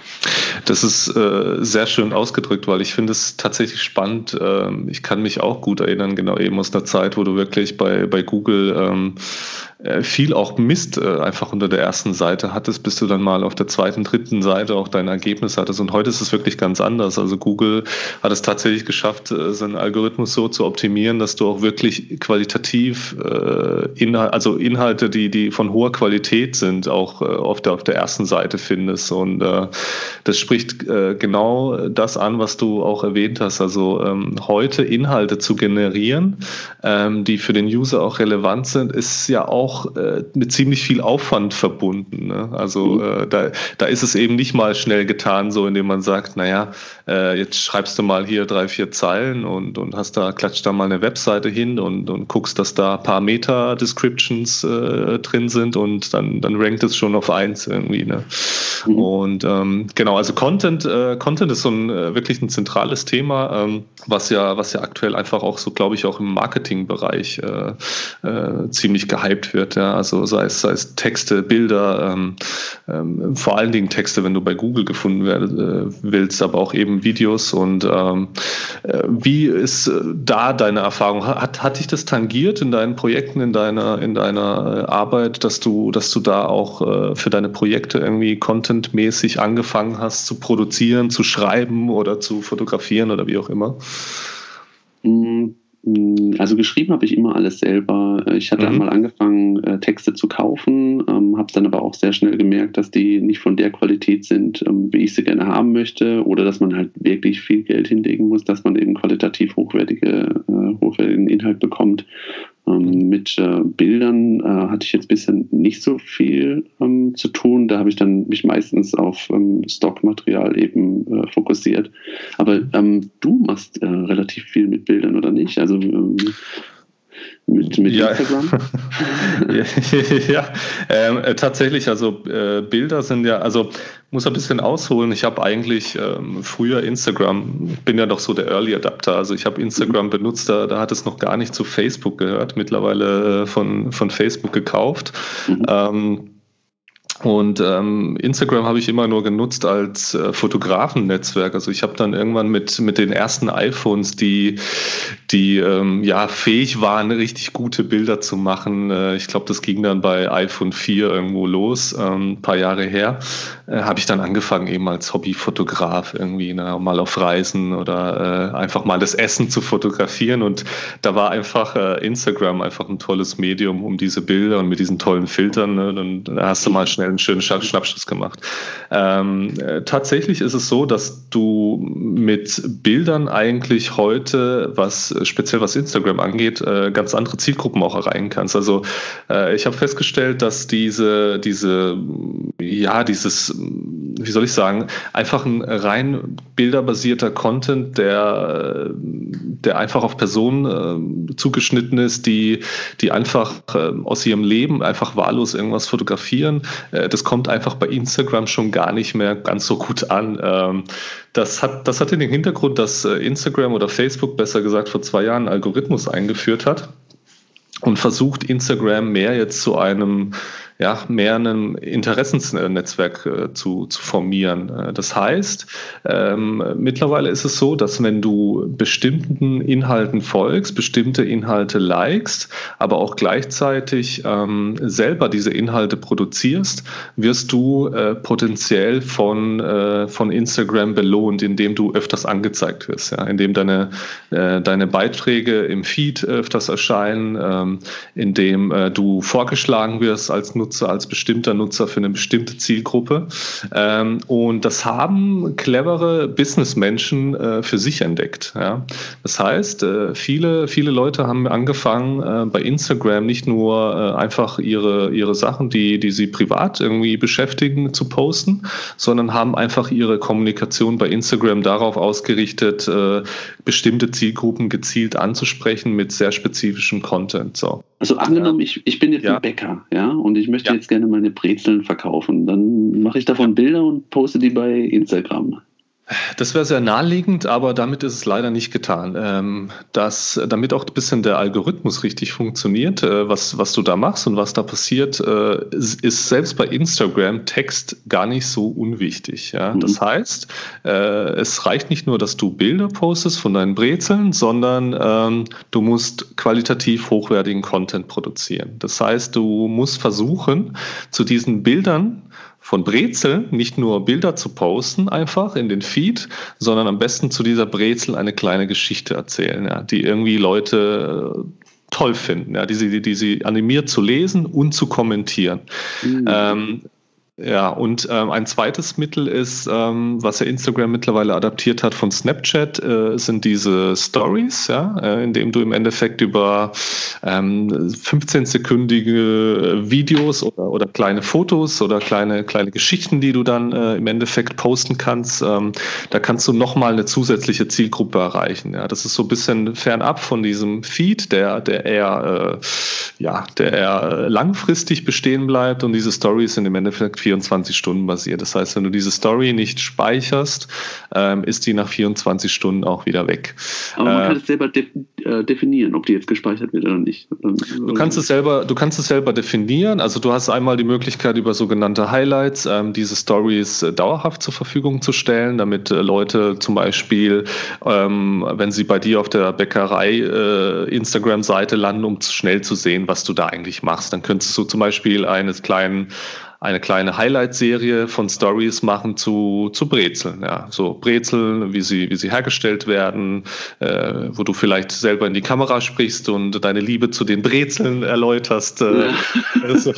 Das ist äh, sehr schön ausgedrückt, weil ich finde es tatsächlich spannend. Ähm, ich kann mich auch gut erinnern, genau eben aus der Zeit, wo du wirklich bei, bei Google ähm, viel auch Mist äh, einfach unter der ersten Seite hattest, bis du dann mal auf der zweiten, dritten Seite auch dein Ergebnis hattest. Und heute ist es wirklich ganz anders. Also Google hat es tatsächlich geschafft, äh, seinen Algorithmus so zu optimieren, dass du auch wirklich qualitativ äh, Inhal- also Inhalte, die, die von hoher Qualität sind, auch äh, auf, der, auf der ersten Seite findest. Und äh, das spricht äh, genau das an, was du auch erwähnt hast. Also ähm, heute Inhalte zu generieren, ähm, die für den User auch relevant sind, ist ja auch äh, mit ziemlich viel Aufwand verbunden. Ne? Also äh, da, da ist es eben nicht mal schnell getan, so indem man sagt, naja, äh, jetzt schreibst du mal hier drei, vier Zeilen und, und hast da, klatscht da mal eine Webseite hin und, und guckst, dass da ein paar Meta-Descriptions äh, drin sind und dann, dann rankt es schon auf eins irgendwie. Ne? Mhm. Und ähm, genau, also Content, äh, Content ist so ein äh, wirklich ein zentrales Thema, ähm, was ja, was ja aktuell einfach auch so, glaube ich, auch im Marketingbereich äh, äh, ziemlich gehypt wird. Ja, also sei es, sei es Texte, Bilder, ähm, ähm, vor allen Dingen Texte, wenn du bei Google gefunden werden äh, willst, aber auch eben Videos. Und ähm, äh, wie ist äh, da deine Erfahrung? Hat, hat dich das tangiert in deinen Projekten, in deiner, in deiner äh, Arbeit, dass du, dass du da auch äh, für deine Projekte irgendwie contentmäßig angefangen hast zu produzieren, zu schreiben oder zu fotografieren oder wie auch immer? Mhm. Also geschrieben habe ich immer alles selber. Ich hatte mhm. einmal angefangen, äh, Texte zu kaufen, ähm, habe dann aber auch sehr schnell gemerkt, dass die nicht von der Qualität sind, ähm, wie ich sie gerne haben möchte, oder dass man halt wirklich viel Geld hinlegen muss, dass man eben qualitativ hochwertige, äh, hochwertigen Inhalt bekommt. Ähm, mit äh, Bildern äh, hatte ich jetzt bisher nicht so viel ähm, zu tun. Da habe ich dann mich meistens auf ähm, Stockmaterial eben äh, fokussiert. Aber ähm, du machst äh, relativ viel mit Bildern, oder nicht? Also ähm, mit, mit ja. Instagram? ja, ja ähm, äh, tatsächlich, also äh, Bilder sind ja, also muss ein bisschen ausholen. Ich habe eigentlich ähm, früher Instagram, ich bin ja doch so der Early Adapter, also ich habe Instagram mhm. benutzt, da, da hat es noch gar nicht zu Facebook gehört, mittlerweile äh, von, von Facebook gekauft. Mhm. Ähm, Und ähm, Instagram habe ich immer nur genutzt als äh, Fotografennetzwerk. Also ich habe dann irgendwann mit mit den ersten iPhones, die die ähm, ja fähig waren, richtig gute Bilder zu machen. Äh, ich glaube, das ging dann bei iPhone vier irgendwo los, ähm, ein paar Jahre her. Äh, habe ich dann angefangen eben als Hobbyfotograf irgendwie, ne, mal auf Reisen oder äh, einfach mal das Essen zu fotografieren. Und da war einfach äh, Instagram einfach ein tolles Medium, um diese Bilder und mit diesen tollen Filtern. Ne, dann, dann hast du mal schnell einen schönen Schnappschuss gemacht. Ähm, äh, tatsächlich ist es so, dass du mit Bildern eigentlich heute, was speziell was Instagram angeht, äh, ganz andere Zielgruppen auch erreichen kannst. Also äh, ich habe festgestellt, dass diese, diese, ja, dieses, wie soll ich sagen, einfach ein rein bilderbasierter Content, der, der einfach auf Personen äh, zugeschnitten ist, die, die einfach äh, aus ihrem Leben einfach wahllos irgendwas fotografieren. Das kommt einfach bei Instagram schon gar nicht mehr ganz so gut an. Das hat, das hat den Hintergrund, dass Instagram oder Facebook, besser gesagt, vor zwei Jahren einen Algorithmus eingeführt hat und versucht, Instagram mehr jetzt zu einem, ja, mehr einem Interessensnetzwerk äh, zu, zu formieren. Das heißt, ähm, mittlerweile ist es so, dass wenn du bestimmten Inhalten folgst, bestimmte Inhalte likest, aber auch gleichzeitig ähm, selber diese Inhalte produzierst, wirst du äh, potenziell von, äh, von Instagram belohnt, indem du öfters angezeigt wirst, ja, indem deine, äh, deine Beiträge im Feed öfters erscheinen, ähm, indem äh, du vorgeschlagen wirst als Nutzer, als bestimmter Nutzer für eine bestimmte Zielgruppe. Ähm, und das haben clevere Businessmenschen äh, für sich entdeckt. Ja. Das heißt, äh, viele, viele Leute haben angefangen, äh, bei Instagram nicht nur äh, einfach ihre, ihre Sachen, die, die sie privat irgendwie beschäftigen, zu posten, sondern haben einfach ihre Kommunikation bei Instagram darauf ausgerichtet, äh, bestimmte Zielgruppen gezielt anzusprechen mit sehr spezifischem Content. So. Also angenommen, ich, ich bin jetzt ja. ein Bäcker, ja, und ich möchte ja. jetzt gerne meine Brezeln verkaufen. Dann mache ich davon Bilder und poste die bei Instagram. Das wäre sehr naheliegend, aber damit ist es leider nicht getan. Ähm, das, damit auch ein bisschen der Algorithmus richtig funktioniert, äh, was, was du da machst und was da passiert, äh, ist, ist selbst bei Instagram Text gar nicht so unwichtig. Ja? Mhm. Das heißt, äh, es reicht nicht nur, dass du Bilder postest von deinen Brezeln, sondern ähm, du musst qualitativ hochwertigen Content produzieren. Das heißt, du musst versuchen, zu diesen Bildern von Brezel nicht nur Bilder zu posten einfach in den Feed, sondern am besten zu dieser Brezel eine kleine Geschichte erzählen, ja, die irgendwie Leute äh, toll finden, ja, die sie, die sie animiert zu lesen und zu kommentieren. Mhm. Ähm, Ja, und ähm, ein zweites Mittel ist, ähm, was ja Instagram mittlerweile adaptiert hat von Snapchat, äh, sind diese Stories, ja, äh, in dem du im Endeffekt über ähm, fünfzehn-sekündige Videos oder, oder kleine Fotos oder kleine, kleine Geschichten, die du dann äh, im Endeffekt posten kannst, ähm, da kannst du nochmal eine zusätzliche Zielgruppe erreichen. Ja. Das ist so ein bisschen fernab von diesem Feed, der, der eher, äh, ja, der eher langfristig bestehen bleibt, und diese Stories sind im Endeffekt vierundzwanzig Stunden basiert. Das heißt, wenn du diese Story nicht speicherst, ähm, ist die nach vierundzwanzig Stunden auch wieder weg. Aber man äh, kann es selber de- äh, definieren, ob die jetzt gespeichert wird oder nicht. Du kannst es selber, du kannst es selber definieren. Also du hast einmal die Möglichkeit, über sogenannte Highlights ähm, diese Stories äh, dauerhaft zur Verfügung zu stellen, damit äh, Leute zum Beispiel, ähm, wenn sie bei dir auf der Bäckerei äh, Instagram-Seite landen, um schnell zu sehen, was du da eigentlich machst, dann könntest du zum Beispiel eines kleinen eine kleine Highlight-Serie von Stories machen zu, zu Brezeln. Ja, so Brezeln, wie sie, wie sie hergestellt werden, äh, wo du vielleicht selber in die Kamera sprichst und deine Liebe zu den Brezeln erläuterst. Äh, ja. so,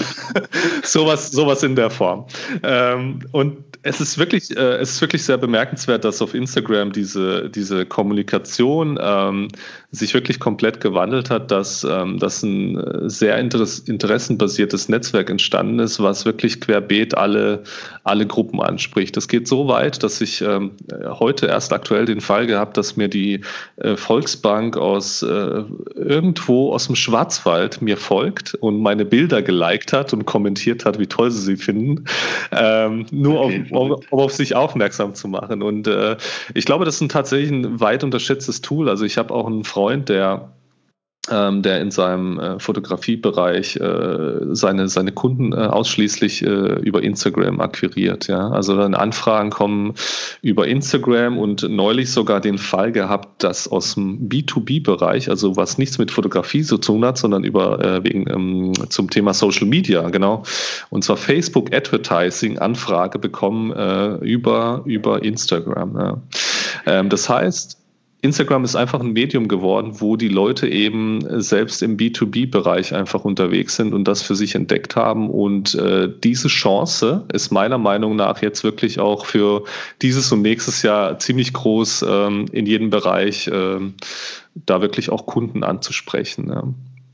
sowas, sowas in der Form. Ähm, und es ist wirklich, äh, es ist wirklich sehr bemerkenswert, dass auf Instagram diese, diese Kommunikation ähm, sich wirklich komplett gewandelt hat, dass, ähm, dass ein sehr interess- interessenbasiertes Netzwerk entstanden ist, was wirklich querbeet alle, alle Gruppen anspricht. Das geht so weit, dass ich ähm, heute erst aktuell den Fall gehabt, dass mir die äh, Volksbank aus äh, irgendwo aus dem Schwarzwald mir folgt und meine Bilder geliked hat und kommentiert hat, wie toll sie sie finden, ähm, nur okay, auf, auf, auf sich aufmerksam zu machen. Und äh, ich glaube, das ist ein tatsächlich ein weit unterschätztes Tool. Also ich habe auch einen Freund, der Ähm, der in seinem äh, Fotografiebereich äh, seine, seine Kunden äh, ausschließlich äh, über Instagram akquiriert. Ja? Also dann Anfragen kommen über Instagram, und neulich sogar den Fall gehabt, dass aus dem B zwei B-Bereich, also was nichts mit Fotografie zu tun hat, sondern über äh, wegen ähm, zum Thema Social Media, genau, und zwar Facebook Advertising Anfrage bekommen äh, über, über Instagram. Ja? Ähm, das heißt, Instagram ist einfach ein Medium geworden, wo die Leute eben selbst im B zwei B-Bereich einfach unterwegs sind und das für sich entdeckt haben. Und äh, diese Chance ist meiner Meinung nach jetzt wirklich auch für dieses und nächstes Jahr ziemlich groß, ähm, in jedem Bereich ähm, da wirklich auch Kunden anzusprechen. Ja.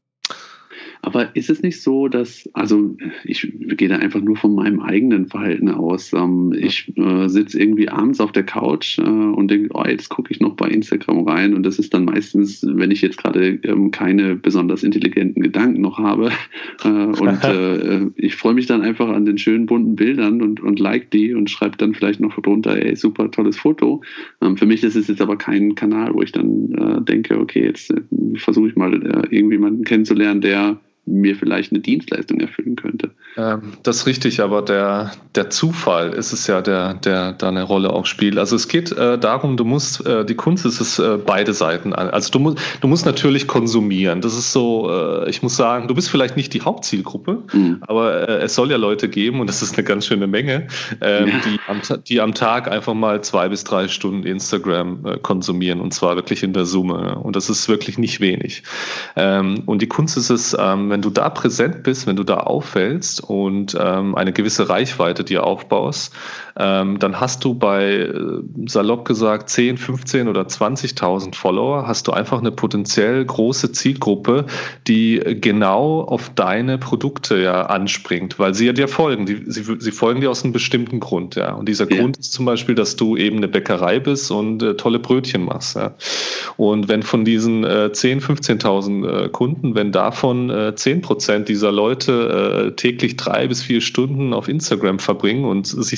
Aber ist es nicht so, dass, also ich gehe da einfach nur von meinem eigenen Verhalten aus. Ähm, ich äh, sitze irgendwie abends auf der Couch äh, und denke, oh, jetzt gucke ich noch bei Instagram rein, und das ist dann meistens, wenn ich jetzt gerade ähm, keine besonders intelligenten Gedanken noch habe äh, und äh, ich freue mich dann einfach an den schönen bunten Bildern und, und like die und schreibe dann vielleicht noch drunter, ey, super tolles Foto. Ähm, für mich ist es jetzt aber kein Kanal, wo ich dann äh, denke, okay, jetzt äh, versuche ich mal äh, irgendjemanden kennenzulernen, der mir vielleicht eine Dienstleistung erfüllen könnte. Ähm, das ist richtig, aber der, der Zufall ist es ja, der, der da eine Rolle auch spielt. Also es geht äh, darum, du musst, äh, die Kunst ist es, äh, beide Seiten an. Also du, mu- du musst natürlich konsumieren. Das ist so, äh, ich muss sagen, du bist vielleicht nicht die Hauptzielgruppe, mhm. aber äh, es soll ja Leute geben, und das ist eine ganz schöne Menge, äh, ja. die, am, die am Tag einfach mal zwei bis drei Stunden Instagram äh, konsumieren, und zwar wirklich in der Summe. Und das ist wirklich nicht wenig. Ähm, und die Kunst ist es, ähm, wenn du da präsent bist, wenn du da auffällst und ähm, eine gewisse Reichweite dir aufbaust, ähm, dann hast du bei, äh, salopp gesagt, zehn, fünfzehn oder zwanzigtausend Follower, hast du einfach eine potenziell große Zielgruppe, die genau auf deine Produkte ja anspringt, weil sie ja dir folgen. Die, sie, sie folgen dir aus einem bestimmten Grund. Ja. Und dieser ja. Grund ist zum Beispiel, dass du eben eine Bäckerei bist und äh, tolle Brötchen machst. Ja. Und wenn von diesen äh, zehntausend, fünfzehntausend äh, Kunden, wenn davon äh, zehn Prozent dieser Leute äh, täglich drei bis vier Stunden auf Instagram verbringen und sich deine Brötchen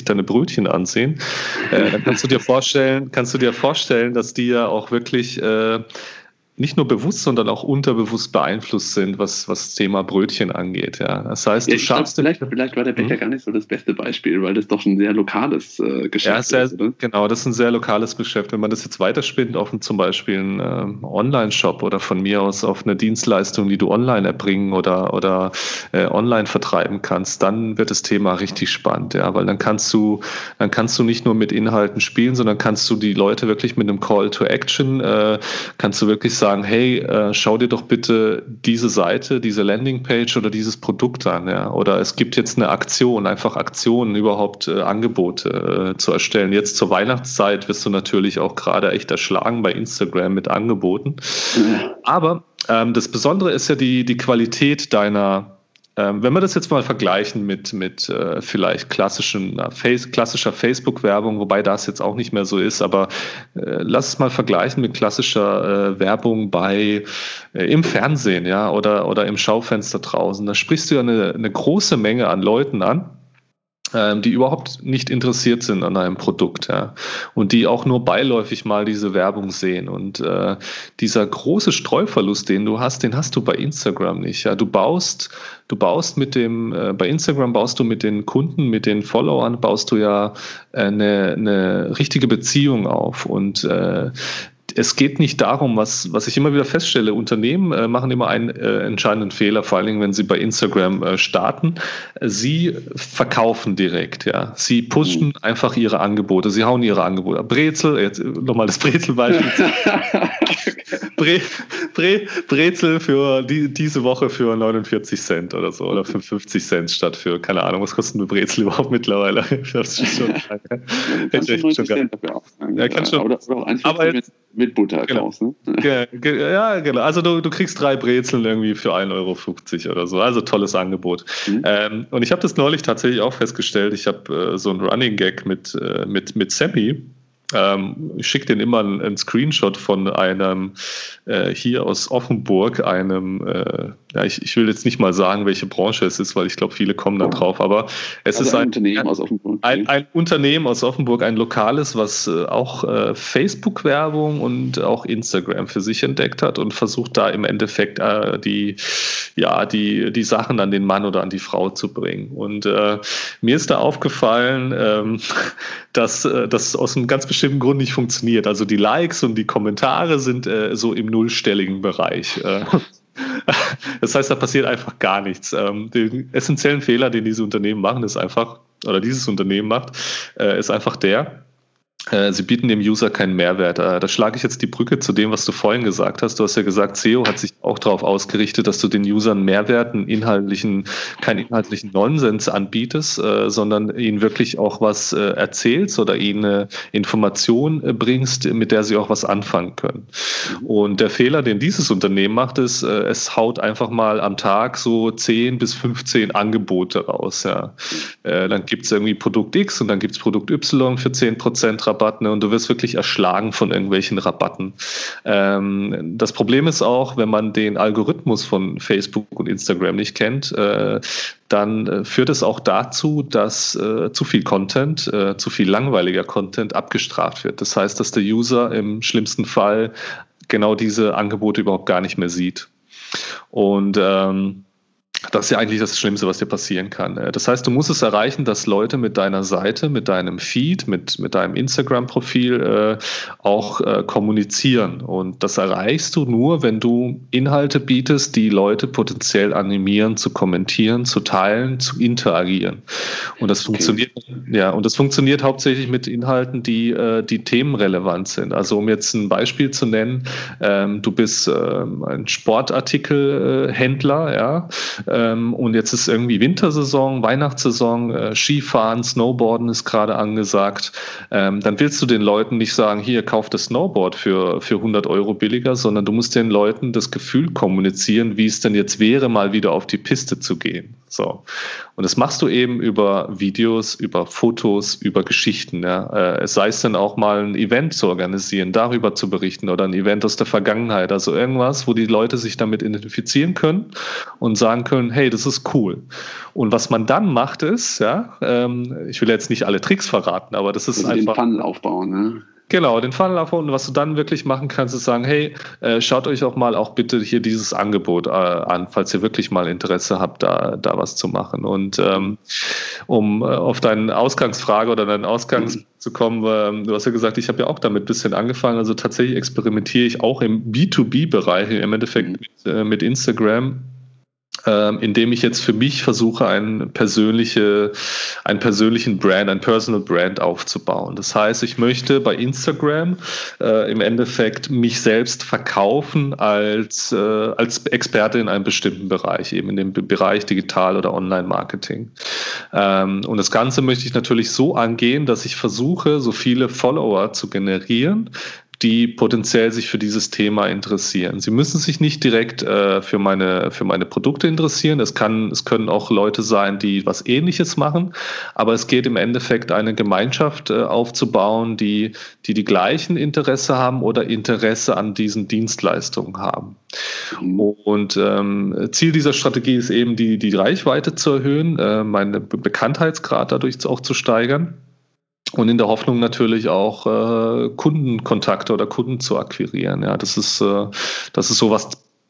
Brötchen ansehen, äh, dann kannst du dir vorstellen, kannst du dir vorstellen, dass die ja auch wirklich äh, nicht nur bewusst, sondern auch unterbewusst beeinflusst sind, was, was das Thema Brötchen angeht. Ja. Das heißt, ja, du schaffst... Glaub, vielleicht, vielleicht war der Bäcker hm? gar nicht so das beste Beispiel, weil das doch ein sehr lokales äh, Geschäft ja, sehr, ist. Oder? Genau, das ist ein sehr lokales Geschäft. Wenn man das jetzt weiterspinnt auf zum Beispiel einen äh, Online-Shop oder von mir aus auf eine Dienstleistung, die du online erbringen oder, oder äh, online vertreiben kannst, dann wird das Thema richtig spannend, ja, weil dann kannst du, dann kannst du nicht nur mit Inhalten spielen, sondern kannst du die Leute wirklich mit einem Call to Action, äh, kannst du wirklich sagen, hey, äh, schau dir doch bitte diese Seite, diese Landingpage oder dieses Produkt an, ja, oder es gibt jetzt eine Aktion, einfach Aktionen, überhaupt äh, Angebote äh, zu erstellen. Jetzt zur Weihnachtszeit wirst du natürlich auch gerade echt erschlagen bei Instagram mit Angeboten. Ja. Aber ähm, das Besondere ist ja die, die Qualität deiner, ähm, wenn wir das jetzt mal vergleichen mit, mit äh, vielleicht klassischen, äh, Face, klassischer Facebook-Werbung, wobei das jetzt auch nicht mehr so ist, aber äh, lass es mal vergleichen mit klassischer äh, Werbung bei äh, im Fernsehen, ja, oder, oder im Schaufenster draußen. Da sprichst du ja eine, eine große Menge an Leuten an, die überhaupt nicht interessiert sind an einem Produkt, ja, und die auch nur beiläufig mal diese Werbung sehen. Und äh, dieser große Streuverlust, den du hast, den hast du bei Instagram nicht. Ja, du baust, du baust mit dem, äh, bei Instagram baust du mit den Kunden, mit den Followern, baust du ja eine, eine richtige Beziehung auf. Und äh, es geht nicht darum, was, was ich immer wieder feststelle, Unternehmen äh, machen immer einen äh, entscheidenden Fehler, vor allen Dingen, wenn sie bei Instagram äh, starten. Sie verkaufen direkt, ja. Sie pushen mhm. einfach ihre Angebote, sie hauen ihre Angebote. Brezel, jetzt nochmal das Brezel-Beispiel. Bre, Bre, Brezel für die, diese Woche für neunundvierzig Cent oder so, oder für fünfzig Cent statt für, keine Ahnung, was kostet eine Brezel überhaupt mittlerweile? Das ist schon, ja, kannst du neunzig Cent dafür auch sagen. Ja, kann schon. Oder, oder auch aber jetzt, mit Butter genau. raus, ne? Ja, genau. Also du, du kriegst drei Brezeln irgendwie für ein Euro fünfzig oder so. Also tolles Angebot. Mhm. Ähm, und ich habe das neulich tatsächlich auch festgestellt. Ich habe äh, so einen Running Gag mit, äh, mit, mit Sammy. Ähm, ich schicke den immer einen, einen Screenshot von einem äh, hier aus Offenburg, einem, äh, ja, ich, ich will jetzt nicht mal sagen, welche Branche es ist, weil ich glaube, viele kommen da drauf, aber es also ist ein, ein Unternehmen aus Offenburg. Ein, ein Unternehmen aus Offenburg, ein lokales, was äh, auch äh, Facebook-Werbung und auch Instagram für sich entdeckt hat und versucht da im Endeffekt äh, die, ja, die, die Sachen an den Mann oder an die Frau zu bringen. Und äh, mir ist da aufgefallen, ähm, dass äh, das aus einem ganz bestimmten Grund nicht funktioniert. Also die Likes und die Kommentare sind äh, so im nullstelligen Bereich. Äh, das heißt, da passiert einfach gar nichts. Ähm, den essentiellen Fehler, den diese Unternehmen machen, ist einfach, oder dieses Unternehmen macht, äh, ist einfach der, sie bieten dem User keinen Mehrwert. Da schlage ich jetzt die Brücke zu dem, was du vorhin gesagt hast. Du hast ja gesagt, S E O hat sich auch darauf ausgerichtet, dass du den Usern Mehrwert, einen inhaltlichen, keinen inhaltlichen Nonsens anbietest, äh, sondern ihnen wirklich auch was äh, erzählst oder ihnen eine Information äh, bringst, mit der sie auch was anfangen können. Und der Fehler, den dieses Unternehmen macht, ist, äh, es haut einfach mal am Tag so zehn bis fünfzehn Angebote raus. Ja. Äh, dann gibt es irgendwie Produkt X und dann gibt es Produkt Y für zehn Prozent Rabatt, ne, und du wirst wirklich erschlagen von irgendwelchen Rabatten. Ähm, das Problem ist auch, wenn man den Algorithmus von Facebook und Instagram nicht kennt, äh, dann äh, führt es auch dazu, dass äh, zu viel Content, äh, zu viel langweiliger Content abgestraft wird. Das heißt, dass der User im schlimmsten Fall genau diese Angebote überhaupt gar nicht mehr sieht. Und ähm, das ist ja eigentlich das Schlimmste, was dir passieren kann. Das heißt, du musst es erreichen, dass Leute mit deiner Seite, mit deinem Feed, mit, mit deinem Instagram-Profil äh, auch äh, kommunizieren. Und das erreichst du nur, wenn du Inhalte bietest, die Leute potenziell animieren, zu kommentieren, zu teilen, zu interagieren. Und das okay. funktioniert, ja, und das funktioniert hauptsächlich mit Inhalten, die, äh, die themenrelevant sind. Also um jetzt ein Beispiel zu nennen, ähm, du bist ähm, ein Sportartikelhändler, ja, und jetzt ist irgendwie Wintersaison, Weihnachtssaison, äh, Skifahren, Snowboarden ist gerade angesagt. Ähm, dann willst du den Leuten nicht sagen, hier, kauf das Snowboard für, für hundert Euro billiger, sondern du musst den Leuten das Gefühl kommunizieren, wie es denn jetzt wäre, mal wieder auf die Piste zu gehen. So. Und das machst du eben über Videos, über Fotos, über Geschichten. Ja. Äh, es sei es dann auch mal ein Event zu organisieren, darüber zu berichten oder ein Event aus der Vergangenheit. Also irgendwas, wo die Leute sich damit identifizieren können und sagen können, hey, das ist cool. Und was man dann macht ist, ja, ähm, ich will jetzt nicht alle Tricks verraten, aber das ist also einfach... den Funnel aufbauen, ne? Genau, den Funnel aufbauen. Und was du dann wirklich machen kannst, ist sagen, hey, äh, schaut euch auch mal auch bitte hier dieses Angebot äh, an, falls ihr wirklich mal Interesse habt, da, da was zu machen. Und ähm, um äh, auf deine Ausgangsfrage oder deinen Ausgangs mhm. zu kommen, äh, du hast ja gesagt, ich habe ja auch damit ein bisschen angefangen. Also tatsächlich experimentiere ich auch im B zwei B-Bereich, im Endeffekt mhm. mit, äh, mit Instagram, Ähm, indem ich jetzt für mich versuche, ein persönliche, einen persönlichen Brand, ein Personal Brand aufzubauen. Das heißt, ich möchte bei Instagram äh, im Endeffekt mich selbst verkaufen als, äh, als Experte in einem bestimmten Bereich, eben in dem Bereich Digital- oder Online-Marketing. Ähm, und das Ganze möchte ich natürlich so angehen, dass ich versuche, so viele Follower zu generieren, die potenziell sich für dieses Thema interessieren. Sie müssen sich nicht direkt äh, für meine für meine Produkte interessieren. Es kann es können auch Leute sein, die was Ähnliches machen. Aber es geht im Endeffekt, eine Gemeinschaft äh, aufzubauen, die die die gleichen Interesse haben oder Interesse an diesen Dienstleistungen haben. Mhm. Und ähm, Ziel dieser Strategie ist eben, die die Reichweite zu erhöhen, äh, meinen Be- Bekanntheitsgrad dadurch auch zu steigern. Und in der Hoffnung natürlich auch äh, Kundenkontakte oder Kunden zu akquirieren. Ja, das ist, äh, das ist sowas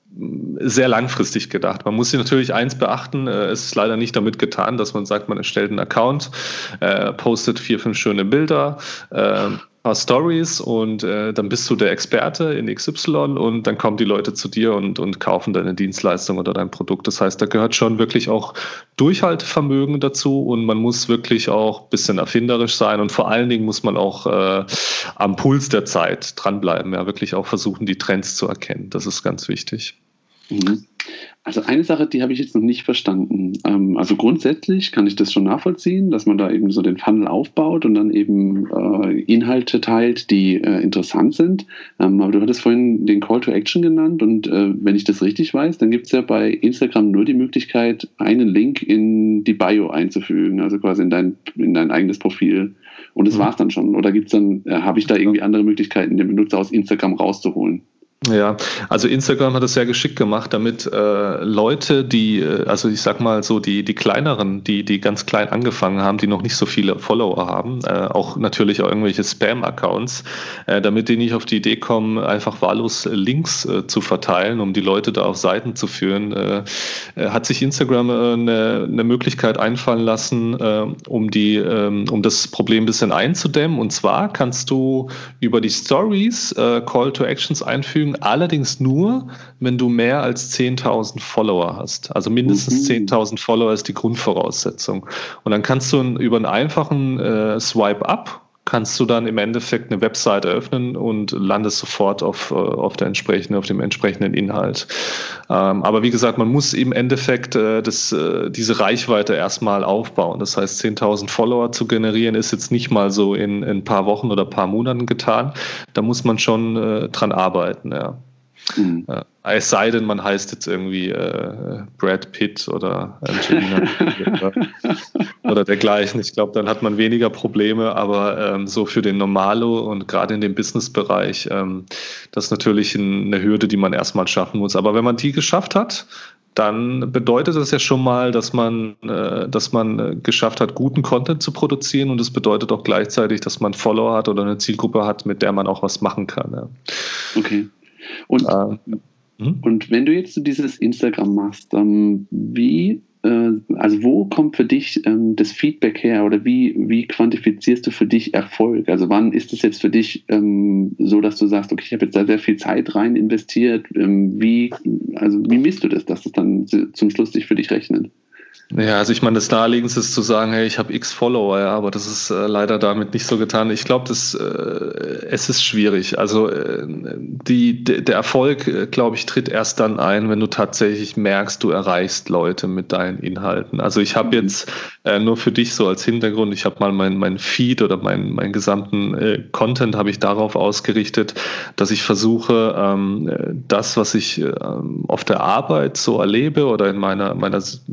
sehr langfristig gedacht. Man muss sich natürlich eins beachten, äh, es ist leider nicht damit getan, dass man sagt, man erstellt einen Account, äh, postet vier, fünf schöne Bilder, äh, paar Stories und äh, dann bist du der Experte in X Y und dann kommen die Leute zu dir und, und kaufen deine Dienstleistung oder dein Produkt. Das heißt, da gehört schon wirklich auch Durchhaltevermögen dazu und man muss wirklich auch ein bisschen erfinderisch sein und vor allen Dingen muss man auch äh, am Puls der Zeit dranbleiben, ja, wirklich auch versuchen, die Trends zu erkennen. Das ist ganz wichtig. Mhm. Also eine Sache, die habe ich jetzt noch nicht verstanden. Ähm, also grundsätzlich kann ich das schon nachvollziehen, dass man da eben so den Funnel aufbaut und dann eben äh, Inhalte teilt, die äh, interessant sind. Ähm, aber du hattest vorhin den Call to Action genannt und äh, wenn ich das richtig weiß, dann gibt es ja bei Instagram nur die Möglichkeit, einen Link in die Bio einzufügen, also quasi in dein, in dein eigenes Profil. Und das mhm. war es dann schon. Oder gibt's dann, äh, habe ich da irgendwie andere Möglichkeiten, den Benutzer aus Instagram rauszuholen? Ja, also Instagram hat es sehr geschickt gemacht, damit äh, Leute, die, äh, also ich sag mal so, die die kleineren, die die ganz klein angefangen haben, die noch nicht so viele Follower haben, äh, auch natürlich auch irgendwelche Spam-Accounts, äh, damit die nicht auf die Idee kommen, einfach wahllos Links äh, zu verteilen, um die Leute da auf Seiten zu führen, äh, äh, hat sich Instagram äh, eine, eine Möglichkeit einfallen lassen, äh, um die, äh, um das Problem ein bisschen einzudämmen. Und zwar kannst du über die Stories äh, Call to Actions einfügen, allerdings nur, wenn du mehr als zehntausend Follower hast. Also mindestens mhm. zehntausend Follower ist die Grundvoraussetzung. Und dann kannst du über einen einfachen äh, Swipe-Up kannst du dann im Endeffekt eine Website eröffnen und landest sofort auf, auf, der entsprechenden, auf dem entsprechenden Inhalt. Ähm, aber wie gesagt, man muss im Endeffekt äh, das, äh, diese Reichweite erstmal aufbauen. Das heißt, zehntausend Follower zu generieren, ist jetzt nicht mal so in, in ein paar Wochen oder ein paar Monaten getan. Da muss man schon äh, dran arbeiten, ja. Mhm. Äh, es sei denn, man heißt jetzt irgendwie äh, Brad Pitt oder Angelina oder, oder dergleichen. Ich glaube, dann hat man weniger Probleme, aber ähm, so für den Normalo und gerade in dem Business-Bereich, ähm, das ist natürlich ein, eine Hürde, die man erstmal schaffen muss. Aber wenn man die geschafft hat, dann bedeutet das ja schon mal, dass man, äh, dass man äh, geschafft hat, guten Content zu produzieren und es bedeutet auch gleichzeitig, dass man Follower hat oder eine Zielgruppe hat, mit der man auch was machen kann. Ja. Okay. Und, äh, hm? und wenn du jetzt so dieses Instagram machst, ähm, wie, äh, also wo kommt für dich ähm, das Feedback her oder wie, wie quantifizierst du für dich Erfolg? Also wann ist es jetzt für dich ähm, so, dass du sagst, okay, ich habe jetzt da sehr viel Zeit rein investiert, ähm, wie, also wie misst du das, dass das dann zum Schluss sich für dich rechnet? Ja, also ich meine, das Naheliegendste ist zu sagen, hey, ich habe x Follower, ja, aber das ist äh, leider damit nicht so getan. Ich glaube, das äh, es ist schwierig. Also äh, die, de, der Erfolg, äh, glaube ich, tritt erst dann ein, wenn du tatsächlich merkst, du erreichst Leute mit deinen Inhalten. Also ich habe jetzt äh, nur für dich so als Hintergrund, ich habe mal mein, mein Feed oder mein, meinen gesamten äh, Content habe ich darauf ausgerichtet, dass ich versuche, ähm, das, was ich äh, auf der Arbeit so erlebe oder in meiner, meiner jetzt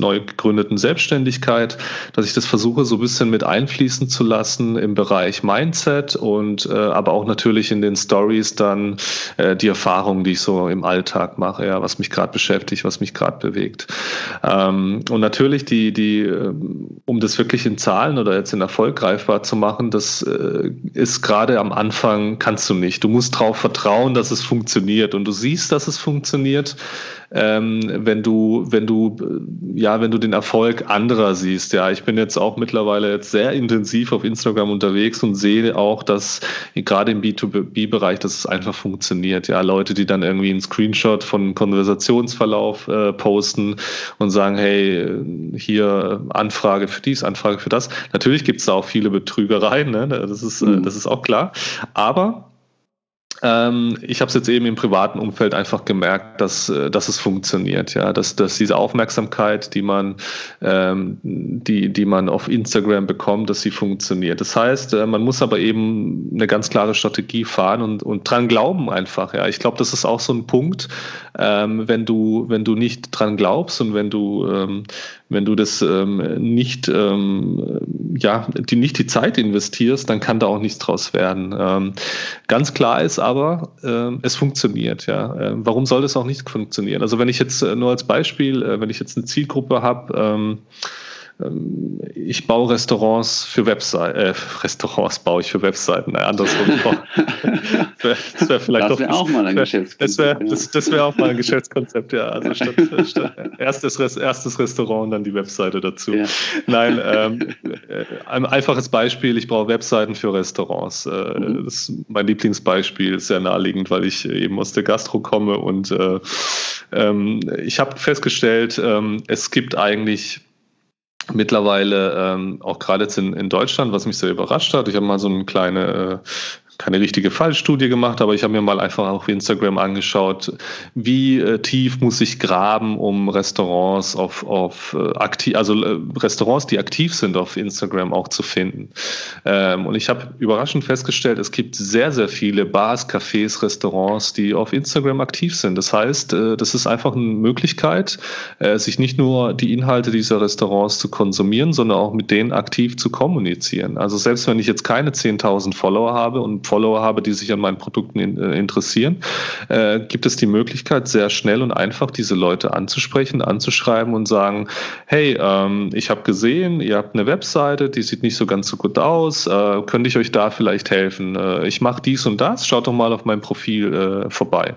neu gegründeten Selbstständigkeit, dass ich das versuche, so ein bisschen mit einfließen zu lassen im Bereich Mindset und äh, aber auch natürlich in den Stories dann äh, die Erfahrungen, die ich so im Alltag mache, ja, was mich gerade beschäftigt, was mich gerade bewegt. Ähm, und natürlich die, die, äh, um das wirklich in Zahlen oder jetzt in Erfolg greifbar zu machen, das äh, ist gerade am Anfang, kannst du nicht. Du musst darauf vertrauen, dass es funktioniert und du siehst, dass es funktioniert, ähm, wenn du, wenn du, ja, wenn du den Erfolg anderer siehst. Ja, ich bin jetzt auch mittlerweile jetzt sehr intensiv auf Instagram unterwegs und sehe auch, dass gerade im B zwei B-Bereich, dass es einfach funktioniert. Ja, Leute, die dann irgendwie einen Screenshot von Konversationsverlauf äh, posten und sagen, hey, hier Anfrage für dies, Anfrage für das. Natürlich gibt es da auch viele Betrügereien, ne? Das ist, mhm. das ist auch klar. Aber ähm, ich habe es jetzt eben im privaten Umfeld einfach gemerkt, dass, dass es funktioniert, ja, dass, dass diese Aufmerksamkeit, die man, ähm, die, die man auf Instagram bekommt, dass sie funktioniert. Das heißt, äh, man muss aber eben eine ganz klare Strategie fahren und, und dran glauben einfach. Ja, ich glaube, das ist auch so ein Punkt, ähm, wenn du, wenn du nicht dran glaubst und wenn du, ähm, wenn du das ähm, nicht, ähm, ja, die nicht die Zeit investierst, dann kann da auch nichts draus werden. Ähm, ganz klar ist aber, äh, es funktioniert. Ja. Äh, warum soll es auch nicht funktionieren? Also wenn ich jetzt äh, nur als Beispiel, äh, wenn ich jetzt eine Zielgruppe habe, ähm, ich baue Restaurants für Webseiten, äh, Restaurants baue ich für Webseiten, nein, andersrum. Das wäre vielleicht das wär auch mal ein Geschäftskonzept. Das wäre das, das wär auch mal ein Geschäftskonzept, ja. Also statt, statt erstes, erstes Restaurant und dann die Webseite dazu. Ja. Nein, ähm, ein einfaches Beispiel, ich brauche Webseiten für Restaurants. Mhm. Das ist mein Lieblingsbeispiel, ist sehr naheliegend, weil ich eben aus der Gastro komme und äh, ähm, ich habe festgestellt, ähm, es gibt eigentlich mittlerweile, ähm, auch gerade jetzt in, in Deutschland, was mich sehr überrascht hat, ich habe mal so eine kleine, äh, keine richtige Fallstudie gemacht, aber ich habe mir mal einfach auf Instagram angeschaut, wie äh, tief muss ich graben, um Restaurants auf, auf äh, aktiv, also äh, Restaurants, die aktiv sind auf Instagram auch zu finden. Ähm, und ich habe überraschend festgestellt, es gibt sehr, sehr viele Bars, Cafés, Restaurants, die auf Instagram aktiv sind. Das heißt, äh, das ist einfach eine Möglichkeit, äh, sich nicht nur die Inhalte dieser Restaurants zu konsumieren, sondern auch mit denen aktiv zu kommunizieren. Also selbst wenn ich jetzt keine zehntausend Follower habe und Follower habe, die sich an meinen Produkten in, äh, interessieren, äh, gibt es die Möglichkeit, sehr schnell und einfach diese Leute anzusprechen, anzuschreiben und sagen, hey, ähm, ich habe gesehen, ihr habt eine Webseite, die sieht nicht so ganz so gut aus, äh, könnte ich euch da vielleicht helfen? Äh, ich mache dies und das, schaut doch mal auf mein Profil äh, vorbei.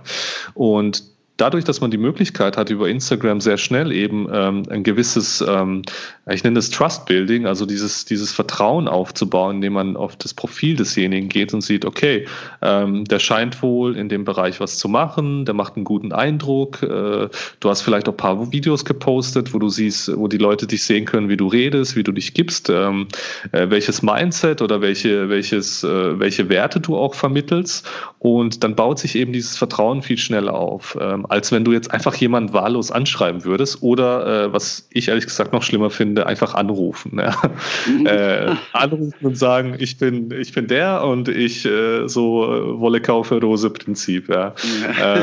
Und dadurch, dass man die Möglichkeit hat, über Instagram sehr schnell eben ähm, ein gewisses, ähm, ich nenne das Trust-Building, also dieses, dieses Vertrauen aufzubauen, indem man auf das Profil desjenigen geht und sieht, okay, ähm, der scheint wohl in dem Bereich was zu machen, der macht einen guten Eindruck, äh, du hast vielleicht auch ein paar Videos gepostet, wo du siehst, wo die Leute dich sehen können, wie du redest, wie du dich gibst, ähm, äh, welches Mindset oder welche, welches, äh, welche Werte du auch vermittelst, und dann baut sich eben dieses Vertrauen viel schneller auf. Ähm, als wenn du jetzt einfach jemanden wahllos anschreiben würdest oder, äh, was ich ehrlich gesagt noch schlimmer finde, einfach anrufen. Ja. Mhm. Äh, anrufen und sagen, ich bin, ich bin der und ich äh, so äh, Wolle kaufe Rose Prinzip. Ja. Ja.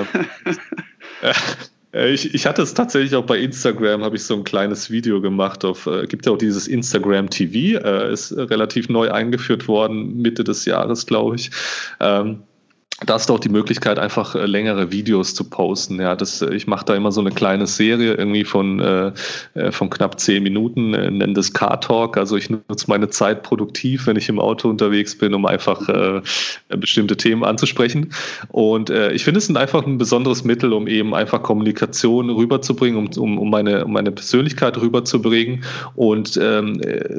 Äh, äh, ich, ich hatte es tatsächlich auch bei Instagram, habe ich so ein kleines Video gemacht. Auf, äh, gibt ja auch dieses Instagram T V, äh, ist relativ neu eingeführt worden, Mitte des Jahres, glaube ich. Ähm, Da hast du auch die Möglichkeit, einfach äh, längere Videos zu posten. Ja, das, ich mache da immer so eine kleine Serie irgendwie von, äh, von knapp zehn Minuten, äh, nenne das Car Talk. Also ich nutze meine Zeit produktiv, wenn ich im Auto unterwegs bin, um einfach äh, bestimmte Themen anzusprechen. Und äh, ich finde, es ist einfach ein besonderes Mittel, um eben einfach Kommunikation rüberzubringen, um, um, um, meine, um meine Persönlichkeit rüberzubringen. Und ähm,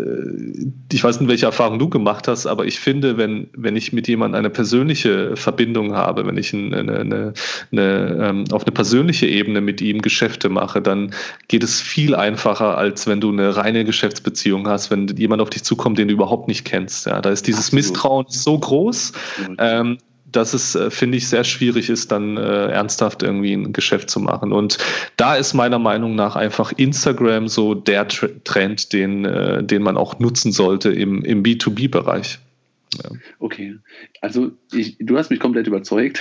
ich weiß nicht, welche Erfahrung du gemacht hast, aber ich finde, wenn, wenn ich mit jemandem eine persönliche Verbindung habe, wenn ich eine, eine, eine, eine, auf eine persönliche Ebene mit ihm Geschäfte mache, dann geht es viel einfacher, als wenn du eine reine Geschäftsbeziehung hast, wenn jemand auf dich zukommt, den du überhaupt nicht kennst. Ja, da ist dieses Absolut. Misstrauen so groß, ähm, dass es, finde ich, sehr schwierig ist, dann äh, ernsthaft irgendwie ein Geschäft zu machen. Und da ist meiner Meinung nach einfach Instagram so der Trend, den, äh, den man auch nutzen sollte im, im B zwei B-Bereich. Ja. Okay, also ich, du hast mich komplett überzeugt.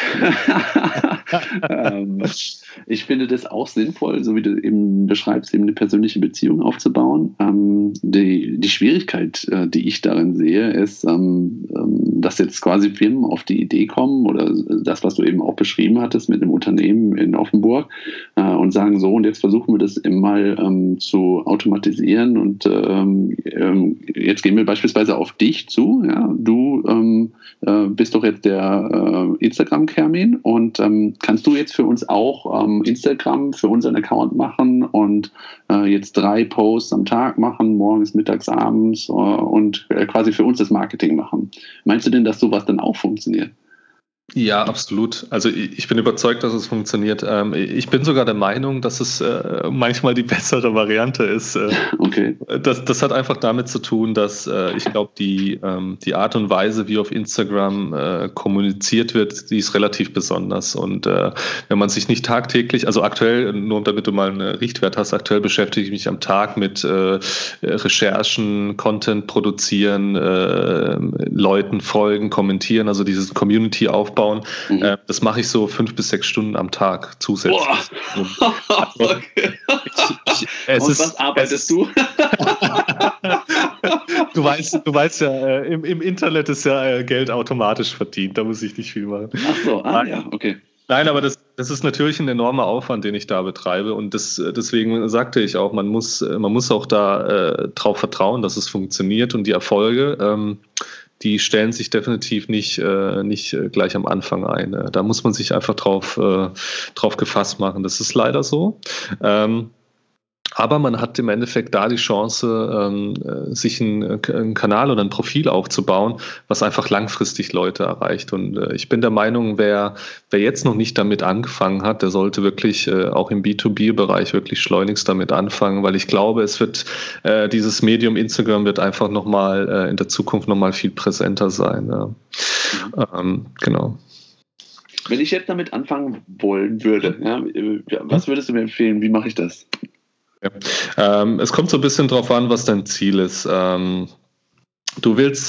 ähm, ich finde das auch sinnvoll, so wie du eben beschreibst, eben eine persönliche Beziehung aufzubauen. Ähm, die, die Schwierigkeit, äh, die ich darin sehe, ist, ähm, dass jetzt quasi Firmen auf die Idee kommen oder das, was du eben auch beschrieben hattest mit einem Unternehmen in Offenburg äh, und sagen so, und jetzt versuchen wir das mal ähm, zu automatisieren und ähm, jetzt gehen wir beispielsweise auf dich zu, ja, du ähm, äh, bist doch jetzt der äh, Instagram-Kermin und ähm, kannst du jetzt für uns auch ähm, Instagram für unseren Account machen und äh, jetzt drei Posts am Tag machen, morgens, mittags, abends äh, und äh, quasi für uns das Marketing machen. Meinst du denn, dass sowas dann auch funktioniert? Ja, absolut. Also ich bin überzeugt, dass es funktioniert. Ich bin sogar der Meinung, dass es manchmal die bessere Variante ist. Okay. Das, das hat einfach damit zu tun, dass ich glaube, die, die Art und Weise, wie auf Instagram kommuniziert wird, die ist relativ besonders. Und wenn man sich nicht tagtäglich, also aktuell, nur damit du mal einen Richtwert hast, aktuell beschäftige ich mich am Tag mit Recherchen, Content produzieren, Leuten folgen, kommentieren, also dieses Community-Aufbau. Bauen. Mhm. Äh, das mache ich so fünf bis sechs Stunden am Tag zusätzlich. Boah. Also, okay. ich, ich, es Und ist, was arbeitest es, du? du, weißt, du weißt ja, äh, im, im Internet ist ja äh, Geld automatisch verdient, da muss ich nicht viel machen. Ach so, ah Nein. ja, okay. Nein, aber das, das ist natürlich ein enormer Aufwand, den ich da betreibe und das, deswegen sagte ich auch, man muss, man muss auch da äh, drauf vertrauen, dass es funktioniert und die Erfolge, ähm, die stellen sich definitiv nicht, äh, nicht gleich am Anfang ein. Da muss man sich einfach drauf, äh, drauf gefasst machen. Das ist leider so. Ähm, aber man hat im Endeffekt da die Chance, ähm, sich einen, einen Kanal oder ein Profil aufzubauen, was einfach langfristig Leute erreicht. Und äh, ich bin der Meinung, wer, wer jetzt noch nicht damit angefangen hat, der sollte wirklich äh, auch im B zwei B-Bereich wirklich schleunigst damit anfangen, weil ich glaube, es wird äh, dieses Medium Instagram wird einfach nochmal äh, in der Zukunft nochmal viel präsenter sein. Ja. Mhm. Ähm, genau. Wenn ich jetzt damit anfangen wollen würde, ja, was würdest du mir empfehlen? Wie mache ich das? Ja. Ähm, es kommt so ein bisschen drauf an, was dein Ziel ist. Ähm, du willst,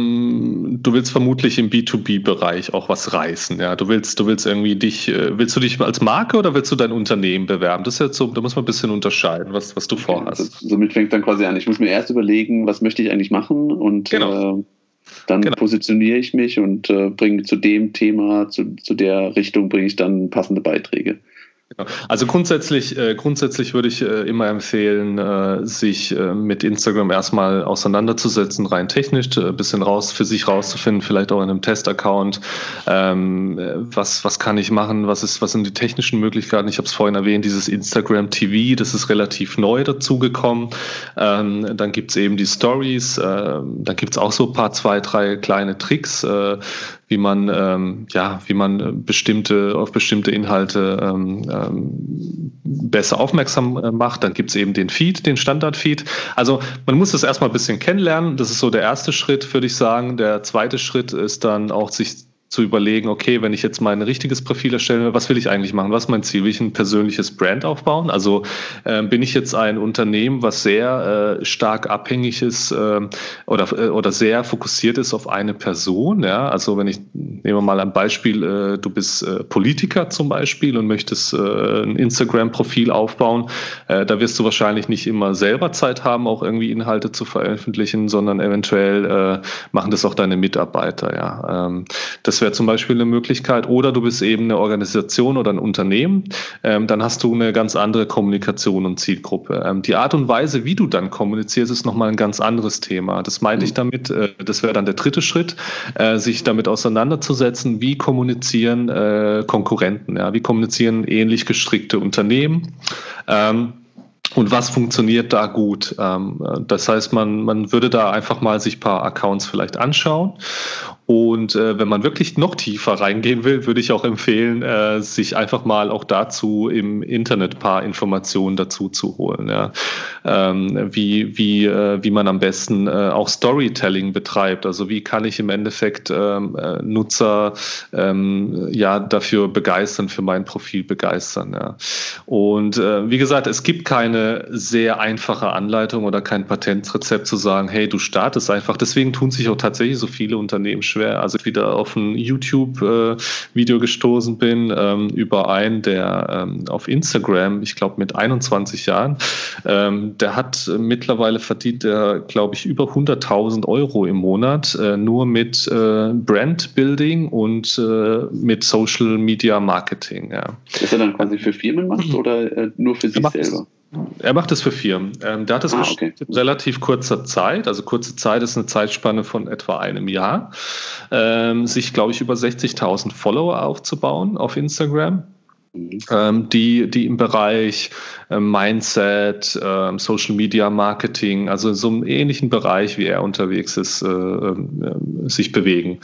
ähm, du willst vermutlich im B zwei B-Bereich auch was reißen. Ja, du willst, du willst irgendwie dich, äh, willst du dich als Marke oder willst du dein Unternehmen bewerben? Das ist jetzt so, da muss man ein bisschen unterscheiden, was, was du okay, vorhast. Also, somit fängt dann quasi an. Ich muss mir erst überlegen, was möchte ich eigentlich machen und genau. äh, dann genau. positioniere ich mich und äh, bringe zu dem Thema, zu, zu der Richtung bringe ich dann passende Beiträge. Also grundsätzlich, äh, grundsätzlich würde ich äh, immer empfehlen, äh, sich äh, mit Instagram erstmal auseinanderzusetzen, rein technisch, ein bisschen raus für sich rauszufinden, vielleicht auch in einem Test-Account, ähm, was, was kann ich machen, was ist, was sind die technischen Möglichkeiten. Ich habe es vorhin erwähnt, dieses Instagram T V, das ist relativ neu dazugekommen. Ähm, dann gibt es eben die Stories, äh, dann gibt es auch so ein paar, zwei, drei kleine Tricks, äh, wie man ähm, ja, wie man bestimmte auf bestimmte Inhalte ähm, ähm, besser aufmerksam äh, macht. Dann gibt es eben den Feed, den Standard-Feed. Also man muss das erstmal ein bisschen kennenlernen. Das ist so der erste Schritt, würde ich sagen. Der zweite Schritt ist dann auch sich zu überlegen, okay, wenn ich jetzt mein richtiges Profil erstelle, was will ich eigentlich machen? Was ist mein Ziel? Will ich ein persönliches Brand aufbauen? Also äh, bin ich jetzt ein Unternehmen, was sehr äh, stark abhängig ist äh, oder, äh, oder sehr fokussiert ist auf eine Person? Ja? Also wenn ich, nehmen wir mal ein Beispiel, äh, du bist äh, Politiker zum Beispiel und möchtest äh, ein Instagram-Profil aufbauen, äh, da wirst du wahrscheinlich nicht immer selber Zeit haben, auch irgendwie Inhalte zu veröffentlichen, sondern eventuell äh, machen das auch deine Mitarbeiter. Ja? Ähm, das wäre zum Beispiel eine Möglichkeit. Oder du bist eben eine Organisation oder ein Unternehmen. Ähm, dann hast du eine ganz andere Kommunikation und Zielgruppe. Ähm, die Art und Weise, wie du dann kommunizierst, ist nochmal ein ganz anderes Thema. Das meinte ich damit. Äh, das wäre dann der dritte Schritt, äh, sich damit auseinanderzusetzen, wie kommunizieren äh, Konkurrenten, ja? Wie kommunizieren ähnlich gestrickte Unternehmen. Ähm, Und was funktioniert da gut? Das heißt, man, man würde da einfach mal sich ein paar Accounts vielleicht anschauen Und äh, wenn man wirklich noch tiefer reingehen will, würde ich auch empfehlen, äh, sich einfach mal auch dazu im Internet ein paar Informationen dazu zu holen. Ja. Ähm, wie, wie, äh, wie man am besten äh, auch Storytelling betreibt. Also wie kann ich im Endeffekt ähm, äh, Nutzer ähm, ja, dafür begeistern, für mein Profil begeistern. Ja. Und äh, wie gesagt, es gibt keine sehr einfache Anleitung oder kein Patentrezept zu sagen, hey, du startest einfach. Deswegen tun sich auch tatsächlich so viele Unternehmen schwer. Als ich wieder auf ein YouTube-Video äh, gestoßen bin, ähm, über einen, der ähm, auf Instagram, ich glaube mit einundzwanzig Jahren, ähm, der hat äh, mittlerweile verdient, der glaube ich über hunderttausend Euro im Monat, äh, nur mit äh, Brand-Building und äh, mit Social Media Marketing. Ja. Dass er dann quasi für Firmen macht oder äh, nur für sich selber? Er macht es für Firmen. Ähm, der hat es ah, okay. in relativ kurzer Zeit, also kurze Zeit ist eine Zeitspanne von etwa einem Jahr, ähm, sich, glaube ich, über sechzigtausend Follower aufzubauen auf Instagram. Ähm, die, die im Bereich äh, Mindset, äh, Social Media Marketing, also in so einem ähnlichen Bereich, wie er unterwegs ist, äh, äh, sich bewegen.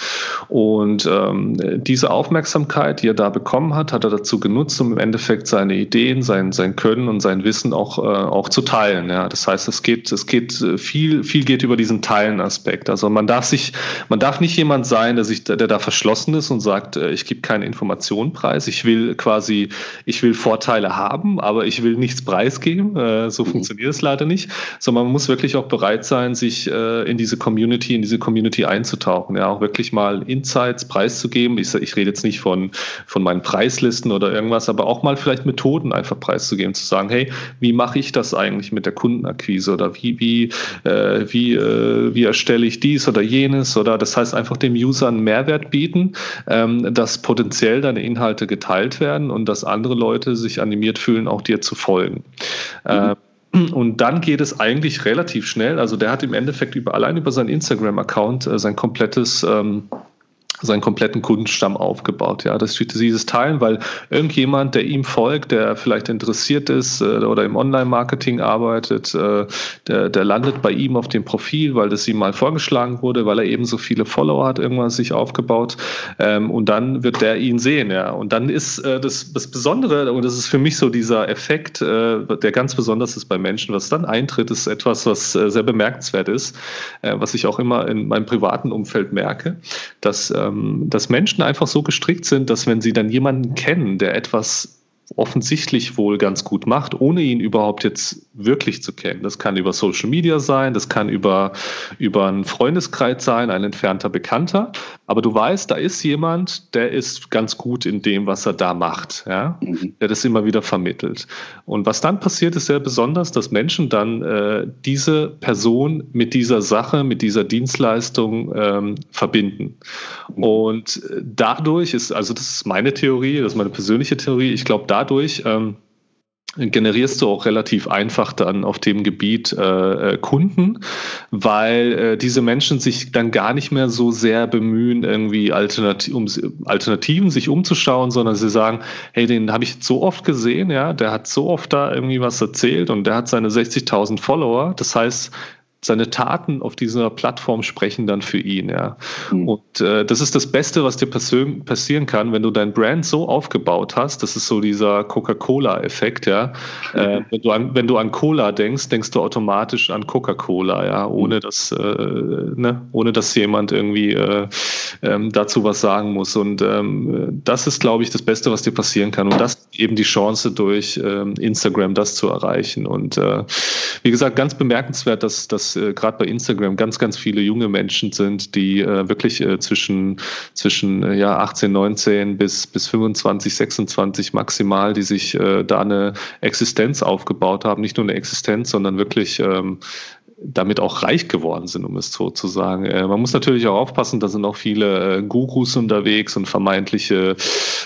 Und ähm, diese Aufmerksamkeit, die er da bekommen hat, hat er dazu genutzt, um im Endeffekt seine Ideen, sein, sein Können und sein Wissen auch, äh, auch zu teilen. Ja. Das heißt, es geht, es geht viel, viel geht über diesen Teilen-Aspekt. Also man darf sich, man darf nicht jemand sein, der sich, der da verschlossen ist und sagt, äh, ich gebe keine Informationen preis, ich will quasi ich will Vorteile haben, aber ich will nichts preisgeben. Äh, so funktioniert es leider nicht. Sondern man muss wirklich auch bereit sein, sich äh, in diese Community, in diese Community einzutauchen. Ja, auch wirklich mal Insights preiszugeben. Ich, ich rede jetzt nicht von, von meinen Preislisten oder irgendwas, aber auch mal vielleicht Methoden einfach preiszugeben, zu sagen, hey, wie mache ich das eigentlich mit der Kundenakquise oder wie, wie, äh, wie, äh, wie erstelle ich dies oder jenes oder das heißt einfach dem User einen Mehrwert bieten, ähm, dass potenziell deine Inhalte geteilt werden und dass andere Leute sich animiert fühlen, auch dir zu folgen. Mhm. Ähm, und dann geht es eigentlich relativ schnell. Also der hat im Endeffekt über, allein über seinen Instagram-Account äh, sein komplettes ähm, seinen kompletten Kundenstamm aufgebaut. Ja, das ist dieses Teilen, weil irgendjemand, der ihm folgt, der vielleicht interessiert ist äh, oder im Online-Marketing arbeitet, äh, der, der landet bei ihm auf dem Profil, weil das ihm mal vorgeschlagen wurde, weil er eben so viele Follower hat, irgendwas sich aufgebaut ähm, und dann wird der ihn sehen. Ja, und dann ist äh, das, das Besondere, und das ist für mich so dieser Effekt, äh, der ganz besonders ist bei Menschen, was dann eintritt, ist etwas, was äh, sehr bemerkenswert ist, äh, was ich auch immer in meinem privaten Umfeld merke, dass äh, dass Menschen einfach so gestrickt sind, dass wenn sie dann jemanden kennen, der etwas offensichtlich wohl ganz gut macht, ohne ihn überhaupt jetzt wirklich zu kennen. Das kann über Social Media sein, das kann über, über einen Freundeskreis sein, ein entfernter Bekannter, aber du weißt, da ist jemand, der ist ganz gut in dem, was er da macht, ja? Mhm. Der das immer wieder vermittelt. Und was dann passiert, ist sehr besonders, dass Menschen dann äh, diese Person mit dieser Sache, mit dieser Dienstleistung ähm, verbinden. Mhm. Und dadurch ist, also das ist meine Theorie, das ist meine persönliche Theorie, ich glaube, dadurch ähm, generierst du auch relativ einfach dann auf dem Gebiet äh, Kunden, weil äh, diese Menschen sich dann gar nicht mehr so sehr bemühen, irgendwie Alternati- um, Alternativen sich umzuschauen, sondern sie sagen, hey, den habe ich jetzt so oft gesehen, ja, der hat so oft da irgendwie was erzählt und der hat seine sechzigtausend Follower, das heißt, seine Taten auf dieser Plattform sprechen dann für ihn, ja. Mhm. Und äh, das ist das Beste, was dir passieren, passieren kann, wenn du dein Brand so aufgebaut hast. Das ist so dieser Coca-Cola-Effekt, ja. Mhm. Äh, wenn du an, wenn du an Cola denkst, denkst du automatisch an Coca-Cola, ja, ohne mhm. dass, äh, ne, ohne dass jemand irgendwie äh, ähm, dazu was sagen muss. Und ähm, das ist, glaube ich, das Beste, was dir passieren kann. Und das ist eben die Chance, durch ähm, Instagram das zu erreichen. Und äh, wie gesagt, ganz bemerkenswert, dass dass äh, gerade bei Instagram ganz, ganz viele junge Menschen sind, die äh, wirklich äh, zwischen, zwischen äh, ja, achtzehn, neunzehn bis, bis fünfundzwanzig, sechsundzwanzig maximal, die sich äh, da eine Existenz aufgebaut haben. Nicht nur eine Existenz, sondern wirklich ähm, damit auch reich geworden sind, um es so zu sagen. Äh, man muss natürlich auch aufpassen, da sind auch viele äh, Gurus unterwegs und vermeintliche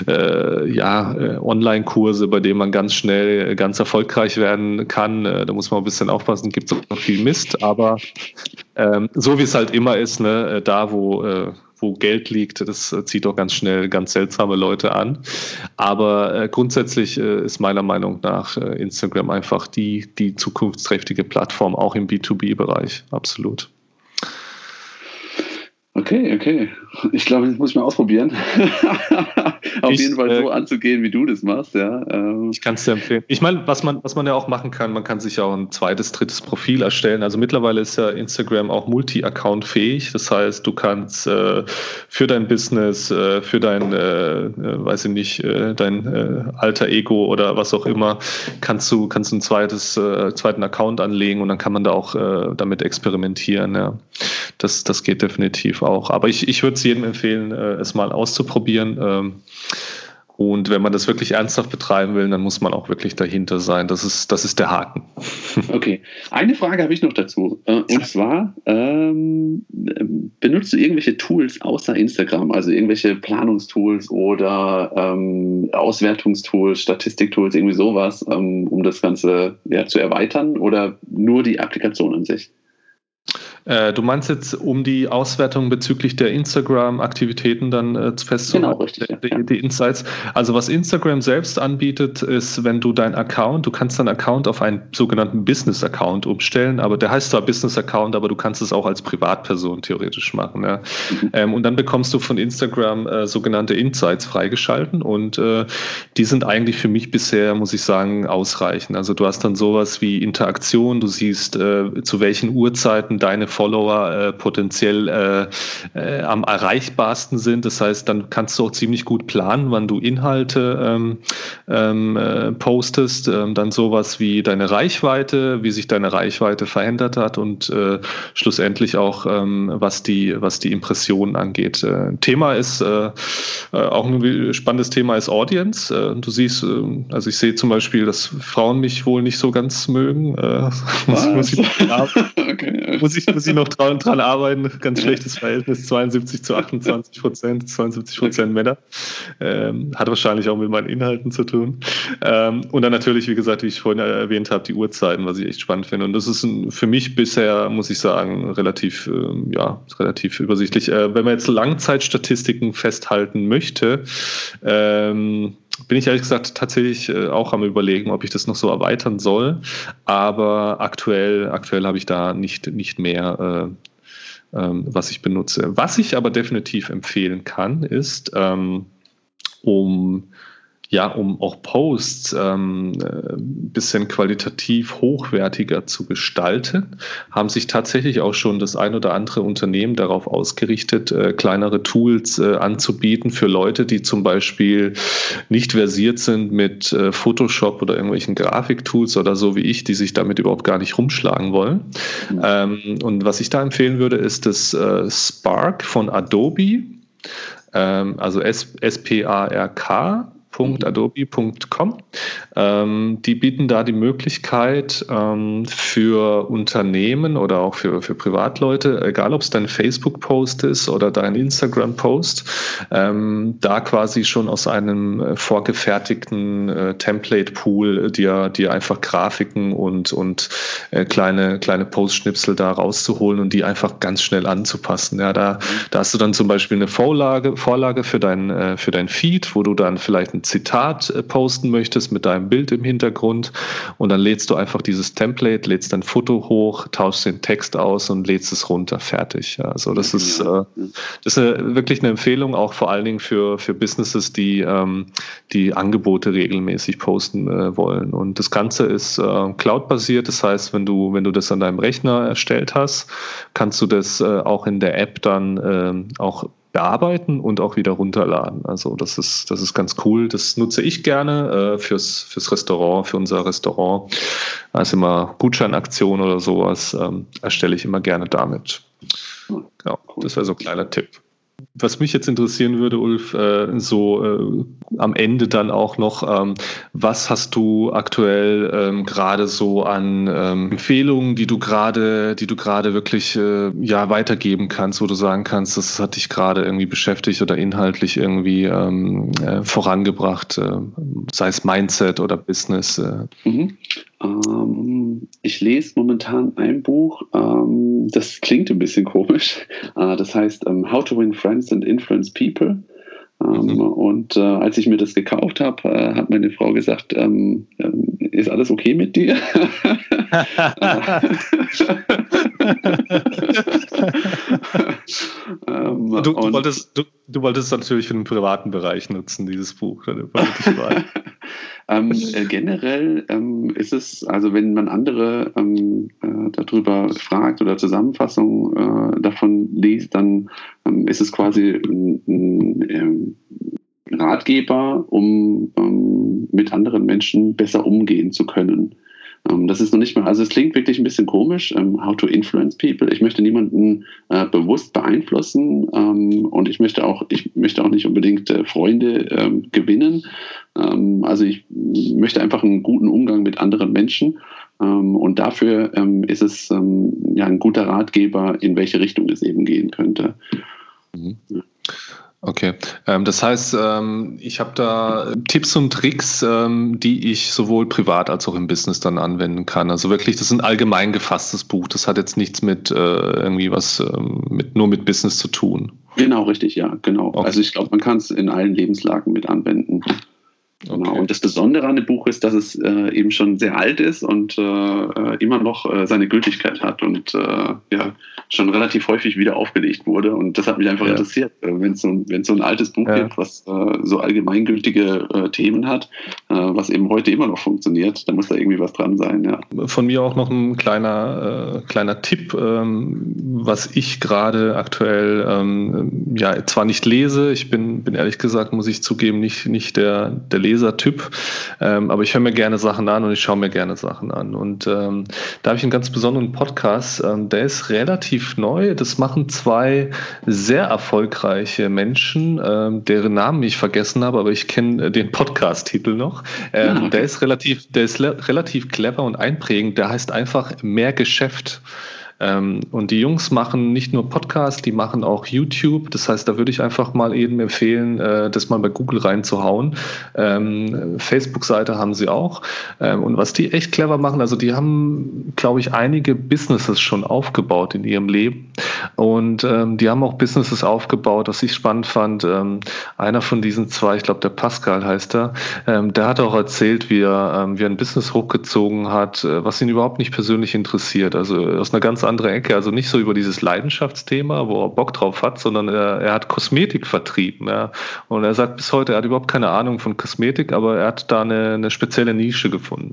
äh, ja, äh, Online-Kurse, bei denen man ganz schnell äh, ganz erfolgreich werden kann. Äh, da muss man ein bisschen aufpassen, gibt es auch noch viel Mist, aber ähm, so wie es halt immer ist, ne, da wo äh, wo Geld liegt, das zieht auch ganz schnell ganz seltsame Leute an. Aber äh, grundsätzlich äh, ist meiner Meinung nach äh, Instagram einfach die, die zukunftsträchtige Plattform, auch im B zwei B-Bereich, absolut. Okay, okay. Ich glaube, das muss ich mal ausprobieren. Auf Ich, jeden Fall äh, so anzugehen, wie du das machst, ja. Ähm, Ich kann es dir empfehlen. Ich meine, was man, was man ja auch machen kann, man kann sich auch ein zweites, drittes Profil erstellen. Also mittlerweile ist ja Instagram auch Multi-Account fähig. Das heißt, du kannst äh, für dein Business, äh, für dein, äh, äh, weiß ich nicht, äh, dein äh, alter Ego oder was auch immer, kannst du, kannst du ein zweites, äh, zweiten Account anlegen und dann kann man da auch äh, damit experimentieren. Ja. Das, das geht definitiv auch. Aber ich, ich würde es jedem empfehlen, äh, es mal auszuprobieren. Ähm, Und wenn man das wirklich ernsthaft betreiben will, dann muss man auch wirklich dahinter sein. Das ist, das ist der Haken. Okay. Eine Frage habe ich noch dazu. Äh, Und zwar, ähm, benutzt du irgendwelche Tools außer Instagram? Also irgendwelche Planungstools oder ähm, Auswertungstools, Statistiktools, irgendwie sowas, ähm, um das Ganze ja, zu erweitern? Oder nur die Applikation an sich? Äh, du meinst jetzt, um die Auswertung bezüglich der Instagram-Aktivitäten dann äh, festzuhalten, Genau, richtig. Ja. die, die Insights. Also was Instagram selbst anbietet, ist, wenn du deinen Account, du kannst deinen Account auf einen sogenannten Business-Account umstellen, aber der heißt zwar Business-Account, aber du kannst es auch als Privatperson theoretisch machen. Ja. Mhm. Ähm, und dann bekommst du von Instagram äh, sogenannte Insights freigeschalten und äh, die sind eigentlich für mich bisher, muss ich sagen, ausreichend. Also du hast dann sowas wie Interaktion, du siehst, äh, zu welchen Uhrzeiten deine Follower äh, potenziell äh, äh, am erreichbarsten sind. Das heißt, dann kannst du auch ziemlich gut planen, wann du Inhalte ähm, ähm, äh, postest. Ähm, dann sowas wie deine Reichweite, wie sich deine Reichweite verändert hat und äh, schlussendlich auch, ähm, was die, was die Impressionen angeht. Äh, Thema ist, äh, äh, auch ein spannendes Thema ist Audience. Äh, du siehst, äh, also ich sehe zum Beispiel, dass Frauen mich wohl nicht so ganz mögen. Äh, muss, muss, ich okay. muss ich muss ich noch dran, dran arbeiten. Ganz schlechtes Verhältnis, zweiundsiebzig zu achtundzwanzig Prozent, zweiundsiebzig Prozent Männer. Ähm, hat wahrscheinlich auch mit meinen Inhalten zu tun. Ähm, und dann natürlich, wie gesagt, wie ich vorhin erwähnt habe, die Uhrzeiten, was ich echt spannend finde. Und das ist ein, für mich bisher, muss ich sagen, relativ, ähm, ja, relativ übersichtlich. Äh, wenn man jetzt Langzeitstatistiken festhalten möchte, ähm, bin ich ehrlich gesagt tatsächlich äh, auch am Überlegen, ob ich das noch so erweitern soll. Aber aktuell, aktuell habe ich da nicht, nicht mehr, äh, ähm, was ich benutze. Was ich aber definitiv empfehlen kann, ist, ähm, um ja, um auch Posts ähm, ein bisschen qualitativ hochwertiger zu gestalten, haben sich tatsächlich auch schon das ein oder andere Unternehmen darauf ausgerichtet, äh, kleinere Tools äh, anzubieten für Leute, die zum Beispiel nicht versiert sind mit äh, Photoshop oder irgendwelchen Grafiktools oder so wie ich, die sich damit überhaupt gar nicht rumschlagen wollen. Mhm. Ähm, und was ich da empfehlen würde, ist das äh, Spark von Adobe, ähm, also S P A R K. adobe punkt com. Ähm, die bieten da die Möglichkeit ähm, für Unternehmen oder auch für, für Privatleute, egal ob es dein Facebook-Post ist oder dein Instagram-Post, ähm, da quasi schon aus einem äh, vorgefertigten äh, Template-Pool dir, dir einfach Grafiken und, und äh, kleine, kleine Post-Schnipsel da rauszuholen und die einfach ganz schnell anzupassen. Ja, da, da hast du dann zum Beispiel eine Vorlage, Vorlage für dein, äh, für dein Feed, wo du dann vielleicht ein Zitat posten möchtest mit deinem Bild im Hintergrund und dann lädst du einfach dieses Template, lädst dein Foto hoch, tauschst den Text aus und lädst es runter, fertig. Also das ist, äh, das ist eine, wirklich eine Empfehlung, auch vor allen Dingen für, für Businesses, die ähm, die Angebote regelmäßig posten äh, wollen. Und das Ganze ist äh, Cloud-basiert, das heißt, wenn du, wenn du das an deinem Rechner erstellt hast, kannst du das äh, auch in der App dann äh, auch bearbeiten und auch wieder runterladen. Also das ist, das ist ganz cool. Das nutze ich gerne äh, fürs, fürs Restaurant, für unser Restaurant. Also immer Gutscheinaktionen oder sowas ähm, erstelle ich immer gerne damit. Ja, das wäre so ein kleiner Tipp. Was mich jetzt interessieren würde, Ulf, äh, so äh, am Ende dann auch noch, ähm, was hast du aktuell ähm, gerade so an ähm, Empfehlungen, die du gerade, die du gerade wirklich äh, ja weitergeben kannst, wo du sagen kannst, das hat dich gerade irgendwie beschäftigt oder inhaltlich irgendwie ähm, äh, vorangebracht, äh, sei es Mindset oder Business? Äh. Mhm. Ähm, ich lese momentan ein Buch, ähm, das klingt ein bisschen komisch. Äh, das heißt um, How to Win Friends and Influence People. Ähm, mhm. Und äh, als ich mir das gekauft habe, äh, hat meine Frau gesagt, ähm, ähm, ist alles okay mit dir? ähm, du, du, wolltest, du, du wolltest natürlich für den privaten Bereich nutzen, dieses Buch. ähm, äh, generell ähm, ist es, also wenn man andere ähm, äh, darüber fragt oder Zusammenfassungen äh, davon liest, dann ähm, ist es quasi ein, ein, ein Ratgeber, um ähm, mit anderen Menschen besser umgehen zu können. Ähm, das ist noch nicht mal, also es klingt wirklich ein bisschen komisch, ähm, how to influence people. Ich möchte niemanden äh, bewusst beeinflussen ähm, und ich möchte auch, ich möchte auch nicht unbedingt äh, Freunde ähm, gewinnen. Ähm, also ich möchte einfach einen guten Umgang mit anderen Menschen. Ähm, und dafür ähm, ist es ähm, ja ein guter Ratgeber, in welche Richtung es eben gehen könnte. Mhm. Ja. Okay, ähm, das heißt, ähm, ich habe da Tipps und Tricks, ähm, die ich sowohl privat als auch im Business dann anwenden kann. Also wirklich, das ist ein allgemein gefasstes Buch. Das hat jetzt nichts mit äh, irgendwie was ähm, mit nur mit Business zu tun. Genau, richtig, ja, genau. Okay. Also ich glaube, man kann es in allen Lebenslagen mit anwenden. Genau. Okay. Und das Besondere an dem Buch ist, dass es äh, eben schon sehr alt ist und äh, immer noch äh, seine Gültigkeit hat und äh, ja, schon relativ häufig wieder aufgelegt wurde. Und das hat mich einfach ja. interessiert, äh, wenn es so, so ein altes Buch ja. gibt, was äh, so allgemeingültige äh, Themen hat, äh, was eben heute immer noch funktioniert, dann muss da irgendwie was dran sein. Ja. Von mir auch noch ein kleiner, äh, kleiner Tipp, ähm, was ich gerade aktuell ähm, ja zwar nicht lese, ich bin, bin ehrlich gesagt, muss ich zugeben, nicht, nicht der, der Lesertyp, ähm, aber ich höre mir gerne Sachen an und ich schaue mir gerne Sachen an. Und ähm, da habe ich einen ganz besonderen Podcast, ähm, der ist relativ neu. Das machen zwei sehr erfolgreiche Menschen, ähm, deren Namen ich vergessen habe, aber ich kenne den Podcast-Titel noch. Ähm, ja, okay. Der ist relativ, der ist le- relativ clever und einprägend. Der heißt einfach Mehr Geschäft. Ähm, und die Jungs machen nicht nur Podcast, die machen auch YouTube. Das heißt, da würde ich einfach mal eben empfehlen, äh, das mal bei Google reinzuhauen. Ähm, Facebook-Seite haben sie auch. Ähm, und was die echt clever machen, also die haben, glaube ich, einige Businesses schon aufgebaut in ihrem Leben. Und ähm, die haben auch Businesses aufgebaut, was ich spannend fand. Ähm, einer von diesen zwei, ich glaube, der Pascal heißt er, ähm, der hat auch erzählt, wie er, ähm, wie er ein Business hochgezogen hat, äh, was ihn überhaupt nicht persönlich interessiert. Also aus einer ganz andere Ecke, also nicht so über dieses Leidenschaftsthema, wo er Bock drauf hat, sondern er, er hat Kosmetik vertrieben. Ja. Und er sagt bis heute, er hat überhaupt keine Ahnung von Kosmetik, aber er hat da eine, eine spezielle Nische gefunden.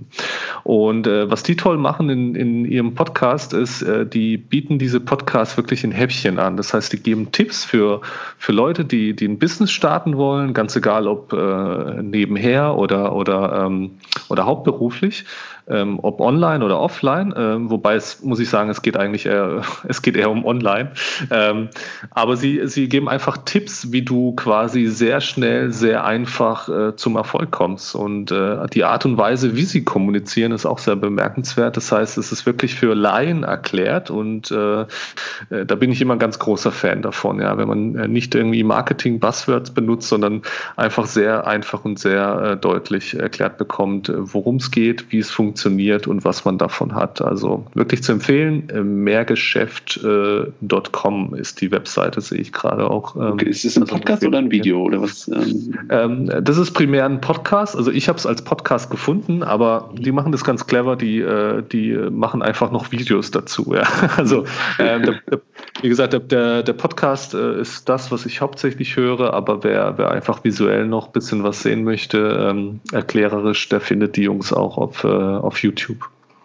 Und äh, was die toll machen in, in ihrem Podcast ist, äh, die bieten diese Podcasts wirklich in Häppchen an. Das heißt, die geben Tipps für, für Leute, die, die ein Business starten wollen, ganz egal ob äh, nebenher oder, oder, ähm, oder hauptberuflich. Ähm, ob online oder offline, ähm, wobei es, muss ich sagen, es geht eigentlich eher, es geht eher um online. Ähm, aber sie, sie geben einfach Tipps, wie du quasi sehr schnell, sehr einfach äh, zum Erfolg kommst. Und äh, die Art und Weise, wie sie kommunizieren, ist auch sehr bemerkenswert. Das heißt, es ist wirklich für Laien erklärt und äh, da bin ich immer ein ganz großer Fan davon, ja, wenn man nicht irgendwie Marketing-Buzzwords benutzt, sondern einfach sehr einfach und sehr äh, deutlich erklärt bekommt, worum es geht, wie es funktioniert und was man davon hat. Also wirklich zu empfehlen, mehrgeschäft Punkt com ist die Webseite, sehe ich gerade auch. Okay, ist das ein Podcast oder ein Video oder was? Ähm, das ist primär ein Podcast, also ich habe es als Podcast gefunden, aber die machen das ganz clever, die, die machen einfach noch Videos dazu. Ja. Also ähm, der, wie gesagt, der, der Podcast ist das, was ich hauptsächlich höre, aber wer, wer einfach visuell noch ein bisschen was sehen möchte, ähm, erklärerisch, der findet die Jungs auch auf auf YouTube.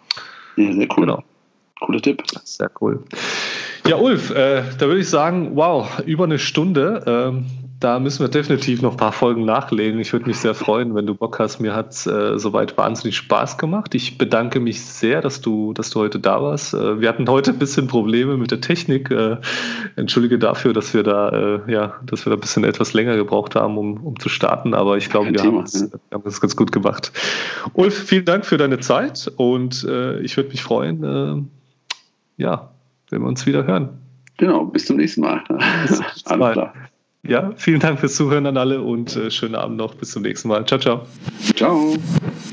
Ja, sehr cool. Genau. Cooler Tipp. Sehr cool. Ja, Ulf, äh, da würde ich sagen, wow, über eine Stunde. Ähm, da müssen wir definitiv noch ein paar Folgen nachlegen. Ich würde mich sehr freuen, wenn du Bock hast. Mir hat es äh, soweit wahnsinnig Spaß gemacht. Ich bedanke mich sehr, dass du, dass du heute da warst. Äh, wir hatten heute ein bisschen Probleme mit der Technik. Äh, entschuldige dafür, dass wir da, äh, ja, dass wir da ein bisschen etwas länger gebraucht haben, um, um zu starten. Aber ich glaube, wir haben es ganz gut gemacht. Ulf, vielen Dank für deine Zeit und äh, ich würde mich freuen, äh, ja, wenn wir uns wieder hören. Genau, bis zum nächsten Mal. Bis zum nächsten Mal. Alles klar. Ja, vielen Dank fürs Zuhören an alle und äh, schönen Abend noch. Bis zum nächsten Mal. Ciao, ciao. Ciao.